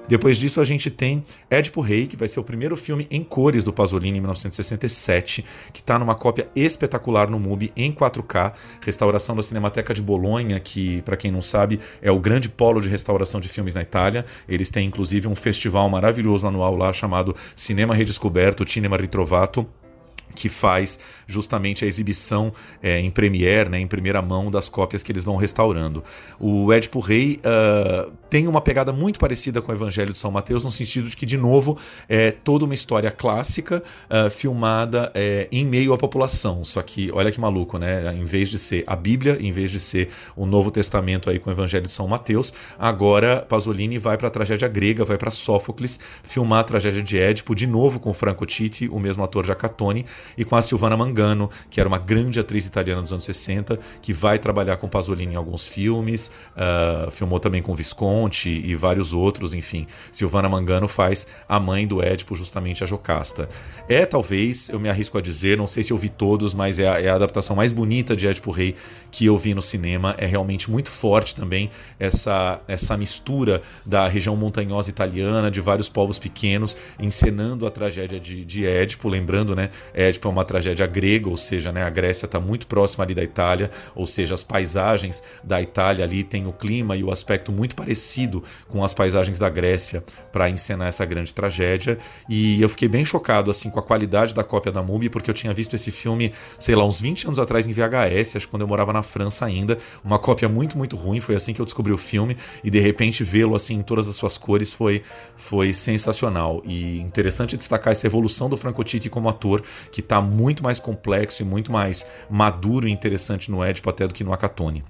Depois disso a gente tem Édipo Rei, que vai ser o primeiro filme em cores do Pasolini em mil novecentos e sessenta e sete, que está numa cópia espetacular no MUBI em quatro K, restauração da Cinemateca de Bolonha, que, para quem não sabe, é o grande polo de restauração de filmes na Itália. Eles têm inclusive um festival maravilhoso anual lá chamado Cinema Redescoberto, Cinema Ritrovato, que faz justamente a exibição é, em premiere, né, em primeira mão, das cópias que eles vão restaurando. O Édipo Rei uh, tem uma pegada muito parecida com o Evangelho de São Mateus, no sentido de que, de novo, é toda uma história clássica uh, filmada é, em meio à população. Só que, olha que maluco, né? Em vez de ser a Bíblia, em vez de ser o Novo Testamento aí com o Evangelho de São Mateus, agora Pasolini vai para a tragédia grega, vai para Sófocles, filmar a tragédia de Édipo, de novo com Franco Titti, o mesmo ator de Acatone, e com a Silvana Mangano, que era uma grande atriz italiana dos anos sessenta, que vai trabalhar com Pasolini em alguns filmes, uh, filmou também com Visconti e vários outros, enfim. Silvana Mangano faz a mãe do Édipo, justamente a Jocasta. É, talvez, eu me arrisco a dizer, não sei se eu vi todos, mas é a, é a adaptação mais bonita de Édipo Rei que eu vi no cinema. É realmente muito forte também essa, essa mistura da região montanhosa italiana, de vários povos pequenos, encenando a tragédia de, de Édipo, lembrando, né, Édipo é uma tragédia grega, ou seja, né, a Grécia está muito próxima ali da Itália, ou seja, as paisagens da Itália ali têm o clima e o aspecto muito parecido com as paisagens da Grécia para encenar essa grande tragédia. E eu fiquei bem chocado assim com a qualidade da cópia da MUBI, porque eu tinha visto esse filme, sei lá, uns vinte anos atrás em V H S, acho que quando eu morava na França ainda, uma cópia muito, muito ruim. Foi assim que eu descobri o filme, e de repente vê-lo assim em todas as suas cores foi, foi sensacional. E interessante destacar essa evolução do Franco Titti como ator, que está muito mais complexo e muito mais maduro e interessante no Édipo até do que no Acatone.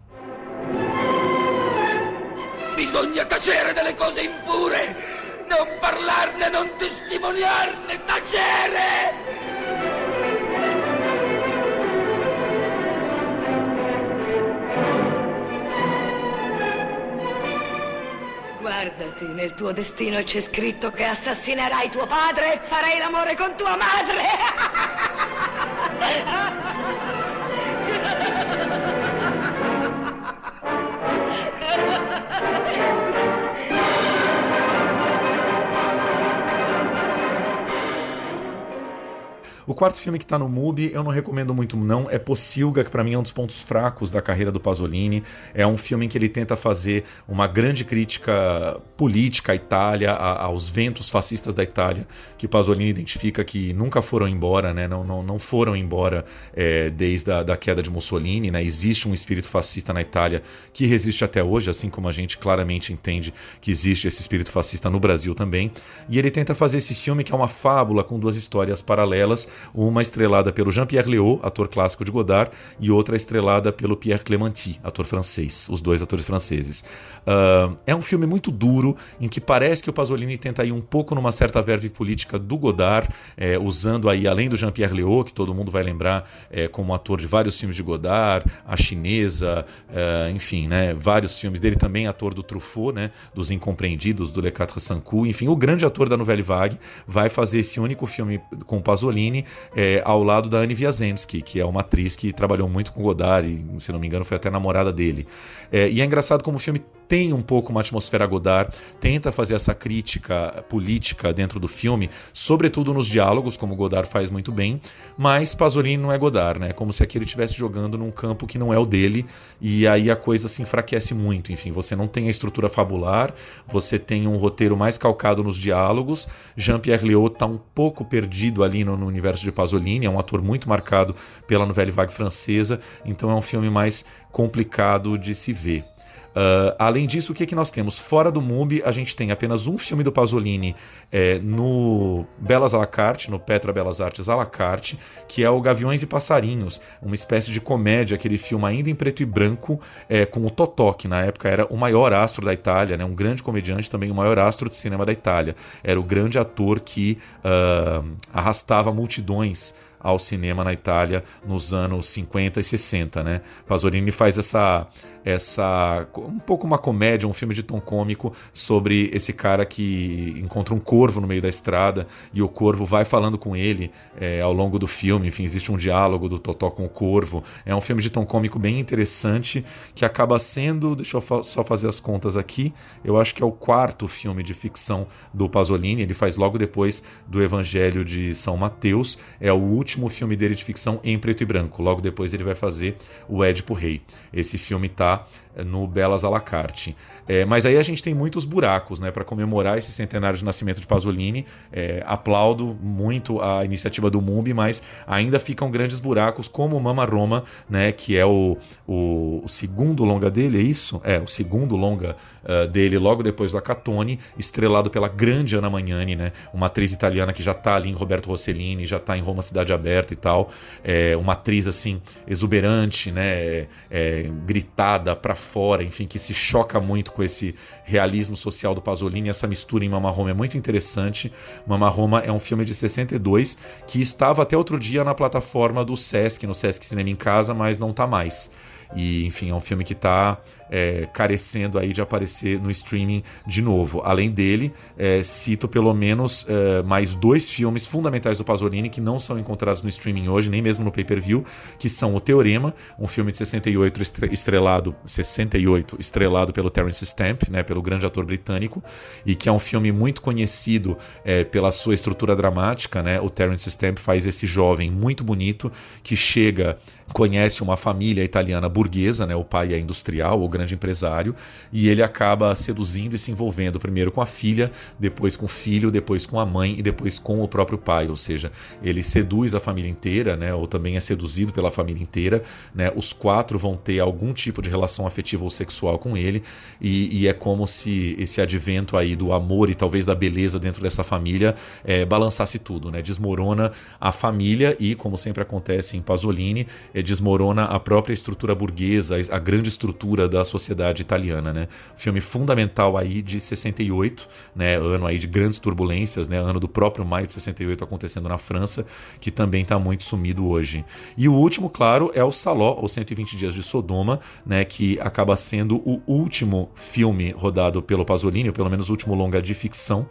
Bisogna tacere delle cose impure, non parlarne, non testimoniarne, tacere! Guardati, nel tuo destino c'è scritto che assassinerai tuo padre e farai l'amore con tua madre! O quarto filme que está no MUBI, eu não recomendo muito não, é Pocilga, que para mim é um dos pontos fracos da carreira do Pasolini. É um filme em que ele tenta fazer uma grande crítica política à Itália, a, aos ventos fascistas da Itália, que Pasolini identifica que nunca foram embora, né? não, não, não foram embora é, desde a da queda de Mussolini. Né? Existe um espírito fascista na Itália que resiste até hoje, assim como a gente claramente entende que existe esse espírito fascista no Brasil também. E ele tenta fazer esse filme que é uma fábula com duas histórias paralelas, uma estrelada pelo Jean-Pierre Léaud, ator clássico de Godard, e outra estrelada pelo Pierre Clémenty, ator francês, os dois atores franceses. Uh, é um filme muito duro, em que parece que o Pasolini tenta ir um pouco numa certa verve política do Godard, é, usando aí, além do Jean-Pierre Léaud, que todo mundo vai lembrar é, como ator de vários filmes de Godard, A Chinesa, é, enfim, né, vários filmes dele, também ator do Truffaut, né, dos Incompreendidos, do Les Quatre Cents Coups, enfim, o grande ator da Nouvelle Vague, vai fazer esse único filme com o Pasolini, É, ao lado da Annie Wiazemski, que é uma atriz que trabalhou muito com Godard e, se não me engano, foi até namorada dele. É, e é engraçado como o filme tem um pouco uma atmosfera Godard, tenta fazer essa crítica política dentro do filme, sobretudo nos diálogos, como Godard faz muito bem, mas Pasolini não é Godard, né? Como se aquilo estivesse jogando num campo que não é o dele, e aí a coisa se enfraquece muito. Enfim, você não tem a estrutura fabular, você tem um roteiro mais calcado nos diálogos. Jean-Pierre Léaud está um pouco perdido ali no, no universo de Pasolini, é um ator muito marcado pela Nouvelle Vague francesa, então é um filme mais complicado de se ver. Uh, além disso, o que, é que nós temos? Fora do MUBI, a gente tem apenas um filme do Pasolini é, no Belas à la carte, no Petra Belas Artes à la carte, que é o Gaviões e Passarinhos, uma espécie de comédia que ele filma ainda em preto e branco, é, com o Totò, que na época era o maior astro da Itália, né, um grande comediante, também o maior astro de cinema da Itália. Era o grande ator que uh, arrastava multidões ao cinema na Itália nos anos cinquenta e sessenta, né? Pasolini faz essa... essa um pouco uma comédia, um filme de tom cômico sobre esse cara que encontra um corvo no meio da estrada e o corvo vai falando com ele é, ao longo do filme. Enfim, existe um diálogo do Totó com o corvo. É um filme de tom cômico bem interessante que acaba sendo, deixa eu fa- só fazer as contas aqui, eu acho que é o quarto filme de ficção do Pasolini. Ele faz logo depois do Evangelho de São Mateus, é o último filme dele de ficção em preto e branco. Logo depois ele vai fazer o Édipo Rei. Esse filme está no Belas à la carte. É, mas aí a gente tem muitos buracos, né, para comemorar esse centenário de nascimento de Pasolini. É, aplaudo muito a iniciativa do Mumbi, mas ainda ficam grandes buracos, como o Mama Roma, né, que é o, o, o segundo longa dele, é isso? É, o segundo longa uh, dele, logo depois do Acatone, estrelado pela grande Anna Magnani, né, uma atriz italiana que já está ali em Roberto Rossellini, já está em Roma Cidade Aberta e tal. É, uma atriz assim exuberante, né, é, gritada para fora, enfim, que se choca muito com esse realismo social do Pasolini. Essa mistura em Mama Roma é muito interessante. Mama Roma é um filme de sessenta e dois que estava até outro dia na plataforma do Sesc, no Sesc Cinema em Casa, mas não está mais. E, enfim, é um filme que está é, carecendo aí de aparecer no streaming de novo. Além dele, é, cito pelo menos é, mais dois filmes fundamentais do Pasolini que não são encontrados no streaming hoje, nem mesmo no pay-per-view, que são O Teorema, um filme de sessenta e oito estrelado, sessenta e oito, estrelado pelo Terence Stamp, né, pelo grande ator britânico, e que é um filme muito conhecido é, pela sua estrutura dramática, né? O Terence Stamp faz esse jovem muito bonito que chega, conhece uma família italiana burguesa, né? O pai é industrial, o grande empresário, e ele acaba seduzindo e se envolvendo primeiro com a filha, depois com o filho, depois com a mãe e depois com o próprio pai. Ou seja, ele seduz a família inteira, né? Ou também é seduzido pela família inteira, né? Os quatro vão ter algum tipo de relação afetiva ou sexual com ele, e, e é como se esse advento aí do amor e talvez da beleza dentro dessa família é, balançasse tudo, né? Desmorona a família e, como sempre acontece em Pasolini, é, desmorona a própria estrutura burguesa, a grande estrutura da sociedade italiana, né? Filme fundamental aí de sessenta e oito, né? Ano aí de grandes turbulências, né? Ano do próprio maio de sessenta e oito acontecendo na França, que também está muito sumido hoje. E o último, claro, é o Saló, ou cento e vinte Dias de Sodoma, né? Que acaba sendo o último filme rodado pelo Pasolini, ou pelo menos o último longa de ficção,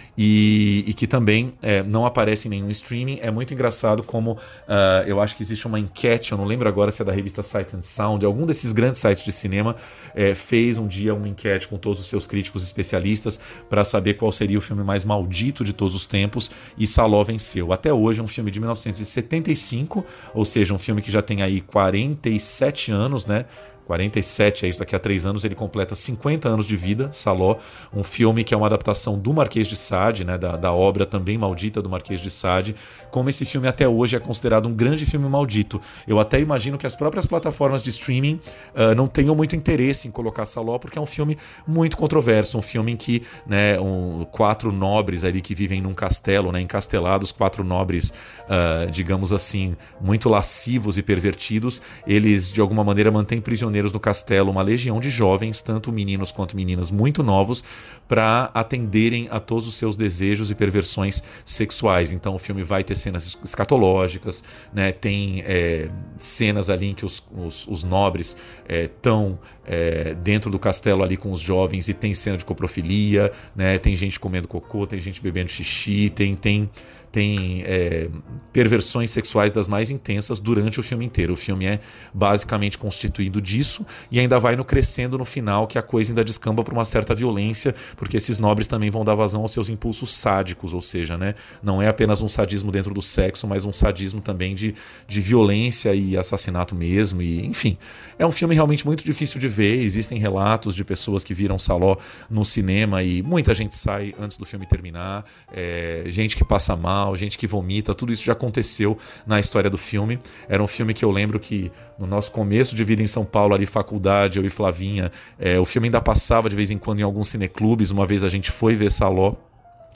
E, e que também é, não aparece em nenhum streaming. É muito engraçado como uh, eu acho que existe uma enquete, eu não lembro agora se é da revista Sight and Sound, algum desses grandes sites de cinema é, fez um dia uma enquete com todos os seus críticos especialistas para saber qual seria o filme mais maldito de todos os tempos, e Saló venceu. Até hoje é um filme de mil novecentos e setenta e cinco, ou seja, um filme que já tem aí quarenta e sete anos, né? quarenta e sete, é isso, daqui a três anos ele completa cinquenta anos de vida, Saló, um filme que é uma adaptação do Marquês de Sade, né, da, da obra também maldita do Marquês de Sade. Como esse filme até hoje é considerado um grande filme maldito, eu até imagino que as próprias plataformas de streaming uh, não tenham muito interesse em colocar Saló, porque é um filme muito controverso, um filme em que, né, um, quatro nobres ali que vivem num castelo, né, encastelados, quatro nobres, uh, digamos assim, muito lascivos e pervertidos, eles de alguma maneira mantêm prisioneiros no castelo uma legião de jovens, tanto meninos quanto meninas muito novos, para atenderem a todos os seus desejos e perversões sexuais. Então o filme vai ter cenas escatológicas, né? Tem é, cenas ali em que os, os, os nobres estão é, é, dentro do castelo ali com os jovens, e tem cena de coprofilia, né? Tem gente comendo cocô, tem gente bebendo xixi, tem... tem tem é, perversões sexuais das mais intensas durante o filme inteiro. O filme é basicamente constituído disso, e ainda vai no crescendo no final, que a coisa ainda descamba para uma certa violência, porque esses nobres também vão dar vazão aos seus impulsos sádicos, ou seja, né, não é apenas um sadismo dentro do sexo, mas um sadismo também de, de violência e assassinato mesmo, e enfim, é um filme realmente muito difícil de ver. Existem relatos de pessoas que viram Saló no cinema e muita gente sai antes do filme terminar, é, gente que passa mal, gente que vomita, tudo isso já aconteceu na história do filme. Era um filme que eu lembro que no nosso começo de vida em São Paulo, ali faculdade, eu e Flavinha, é, o filme ainda passava de vez em quando em alguns cineclubes. Uma vez a gente foi ver Saló,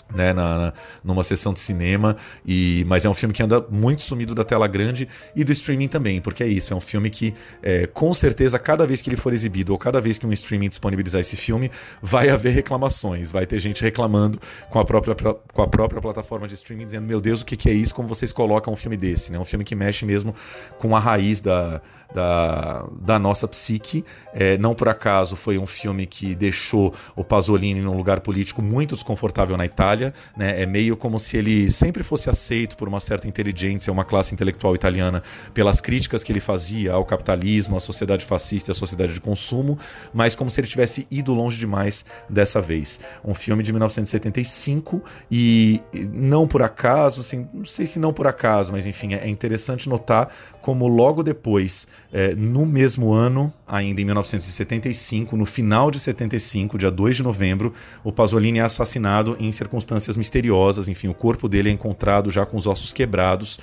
né, na, na, numa sessão de cinema, e, mas é um filme que anda muito sumido da tela grande e do streaming também, porque é isso, é um filme que é, com certeza cada vez que ele for exibido ou cada vez que um streaming disponibilizar esse filme, vai haver reclamações, vai ter gente reclamando com a própria, com a própria plataforma de streaming, dizendo, meu Deus, o que, que é isso, como vocês colocam um filme desse, né? Um filme que mexe mesmo com a raiz da, da, da nossa psique. É, não por acaso foi um filme que deixou o Pasolini num lugar político muito desconfortável na Itália, né? É meio como se ele sempre fosse aceito por uma certa inteligência, uma classe intelectual italiana, pelas críticas que ele fazia ao capitalismo, à sociedade fascista e à sociedade de consumo, mas como se ele tivesse ido longe demais dessa vez. Um filme de mil novecentos e setenta e cinco e não por acaso, assim, não sei se não por acaso, mas enfim, é interessante notar como logo depois, é, no mesmo ano, ainda em mil novecentos e setenta e cinco, no final de setenta e cinco, dia dois de novembro, o Pasolini é assassinado em circunstâncias misteriosas. Enfim, o corpo dele é encontrado já com os ossos quebrados,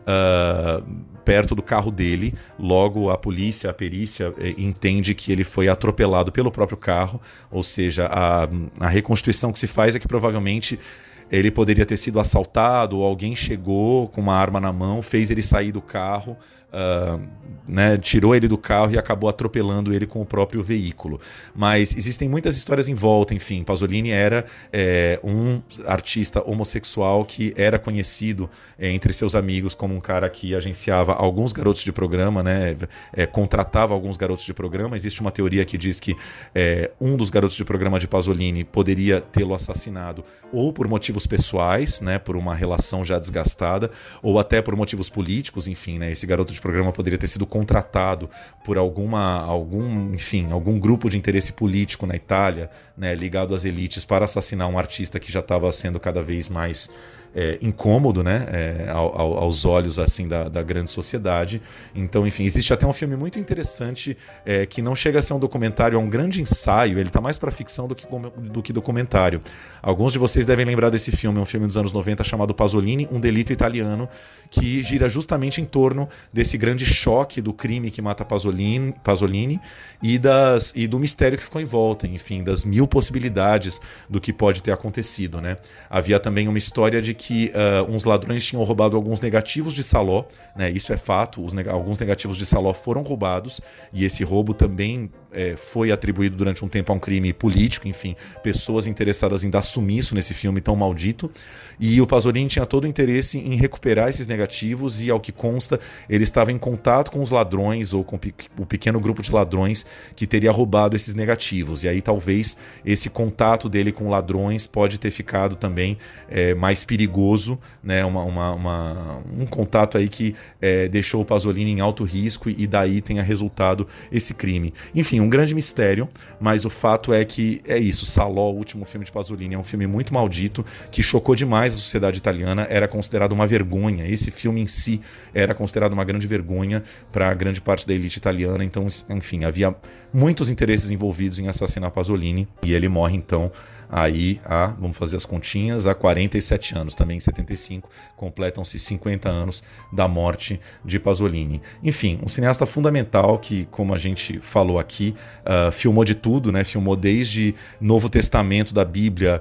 uh, perto do carro dele. Logo, a polícia, a perícia, eh, entende que ele foi atropelado pelo próprio carro, ou seja, a, a reconstituição que se faz é que provavelmente ele poderia ter sido assaltado, ou alguém chegou com uma arma na mão, fez ele sair do carro, uh, né, tirou ele do carro e acabou atropelando ele com o próprio veículo. Mas existem muitas histórias em volta. Enfim, Pasolini era é, um artista homossexual que era conhecido é, entre seus amigos como um cara que agenciava alguns garotos de programa, né, é, contratava alguns garotos de programa. Existe uma teoria que diz que é, um dos garotos de programa de Pasolini poderia tê-lo assassinado ou por motivos pessoais, né, por uma relação já desgastada, ou até por motivos políticos. Enfim, né, esse garoto de programa poderia ter sido contratado por alguma, algum, enfim, algum grupo de interesse político na Itália, né, ligado às elites, para assassinar um artista que já estava sendo cada vez mais É, incômodo, né, é, ao, aos olhos assim da, da grande sociedade. Então, enfim, existe até um filme muito interessante é, que não chega a ser um documentário, é um grande ensaio. Ele está mais para ficção do que, do que documentário. Alguns de vocês devem lembrar desse filme, um filme dos anos noventa chamado Pasolini, um delito italiano, que gira justamente em torno desse grande choque do crime que mata Pasolini, Pasolini e, das, e do mistério que ficou em volta, enfim, das mil possibilidades do que pode ter acontecido, né? Havia também uma história de que que uh, uns ladrões tinham roubado alguns negativos de Saló, né? Isso é fato, os neg- alguns negativos de Saló foram roubados, e esse roubo também é, foi atribuído durante um tempo a um crime político. Enfim, pessoas interessadas em dar sumiço nesse filme tão maldito, e o Pasolini tinha todo o interesse em recuperar esses negativos, e ao que consta, ele estava em contato com os ladrões, ou com o pequeno grupo de ladrões que teria roubado esses negativos, e aí talvez esse contato dele com ladrões pode ter ficado também é, mais perigoso, né, uma, uma, uma, um contato aí que é, deixou o Pasolini em alto risco, e daí tenha resultado esse crime. Enfim, um grande mistério, mas o fato é que é isso. Salò, o último filme de Pasolini, é um filme muito maldito, que chocou demais a sociedade italiana, era considerado uma vergonha. Esse filme em si era considerado uma grande vergonha para grande parte da elite italiana. Então, enfim, havia muitos interesses envolvidos em assassinar Pasolini, e ele morre então aí há, vamos fazer as continhas, há quarenta e sete anos, também em setenta e cinco, completam-se cinquenta anos da morte de Pasolini. Enfim, um cineasta fundamental que, como a gente falou aqui, uh, filmou de tudo, né? Filmou desde Novo Testamento da Bíblia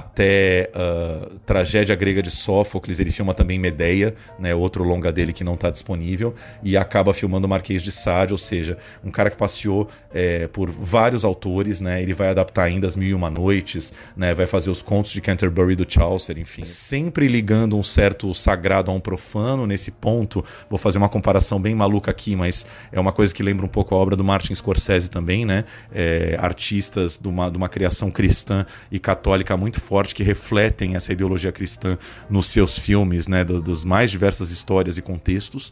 até uh, Tragédia Grega de Sófocles. Ele filma também Medeia, né? Outro longa dele que não está disponível, e acaba filmando o Marquês de Sade, ou seja, um cara que passeou é, por vários autores, né? Ele vai adaptar ainda As Mil e Uma Noites, né, vai fazer os contos de Canterbury do Chaucer, enfim, sempre ligando um certo sagrado a um profano. Nesse ponto, vou fazer uma comparação bem maluca aqui, mas é uma coisa que lembra um pouco a obra do Martin Scorsese também, né? É, artistas de uma, de uma criação cristã e católica muito forte, que refletem essa ideologia cristã nos seus filmes, né, das, das mais diversas histórias e contextos.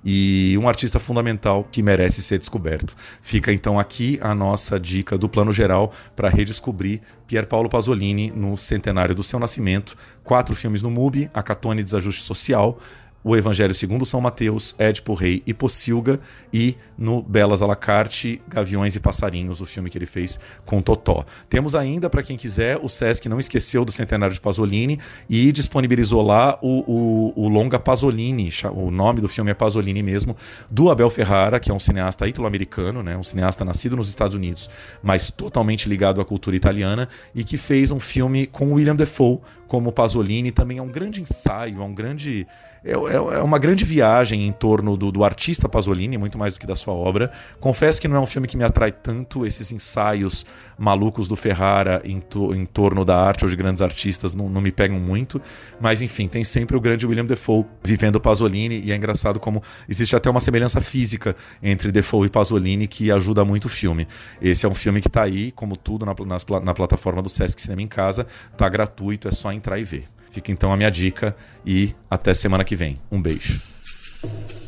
E um artista fundamental que merece ser descoberto. Fica então aqui a nossa dica do Plano Geral para redescobrir Pier Paolo Pasolini no centenário do seu nascimento. Quatro filmes no MUBI: A Catone, Desajuste Social, o Evangelho segundo São Mateus, Édipo Rei e Pocilga, e no Belas à la carte, Gaviões e Passarinhos, o filme que ele fez com Totó. Temos ainda, para quem quiser, o Sesc não esqueceu do centenário de Pasolini e disponibilizou lá o, o, o longa Pasolini, o nome do filme é Pasolini mesmo, do Abel Ferrara, que é um cineasta ítalo-americano, né, um cineasta nascido nos Estados Unidos, mas totalmente ligado à cultura italiana, e que fez um filme com William Dafoe como Pasolini. Também é um grande ensaio, é um grande... É, é uma grande viagem em torno do, do artista Pasolini, muito mais do que da sua obra. Confesso que não é um filme que me atrai tanto, esses ensaios malucos do Ferrara em, to, em torno da arte ou de grandes artistas não, não me pegam muito, mas enfim, tem sempre o grande William Dafoe vivendo Pasolini, e é engraçado como existe até uma semelhança física entre Dafoe e Pasolini que ajuda muito o filme. Esse é um filme que está aí, como tudo, na, nas, na plataforma do Sesc Cinema em Casa, está gratuito, é só entrar e ver. Fica então a minha dica e até semana que vem. Um beijo.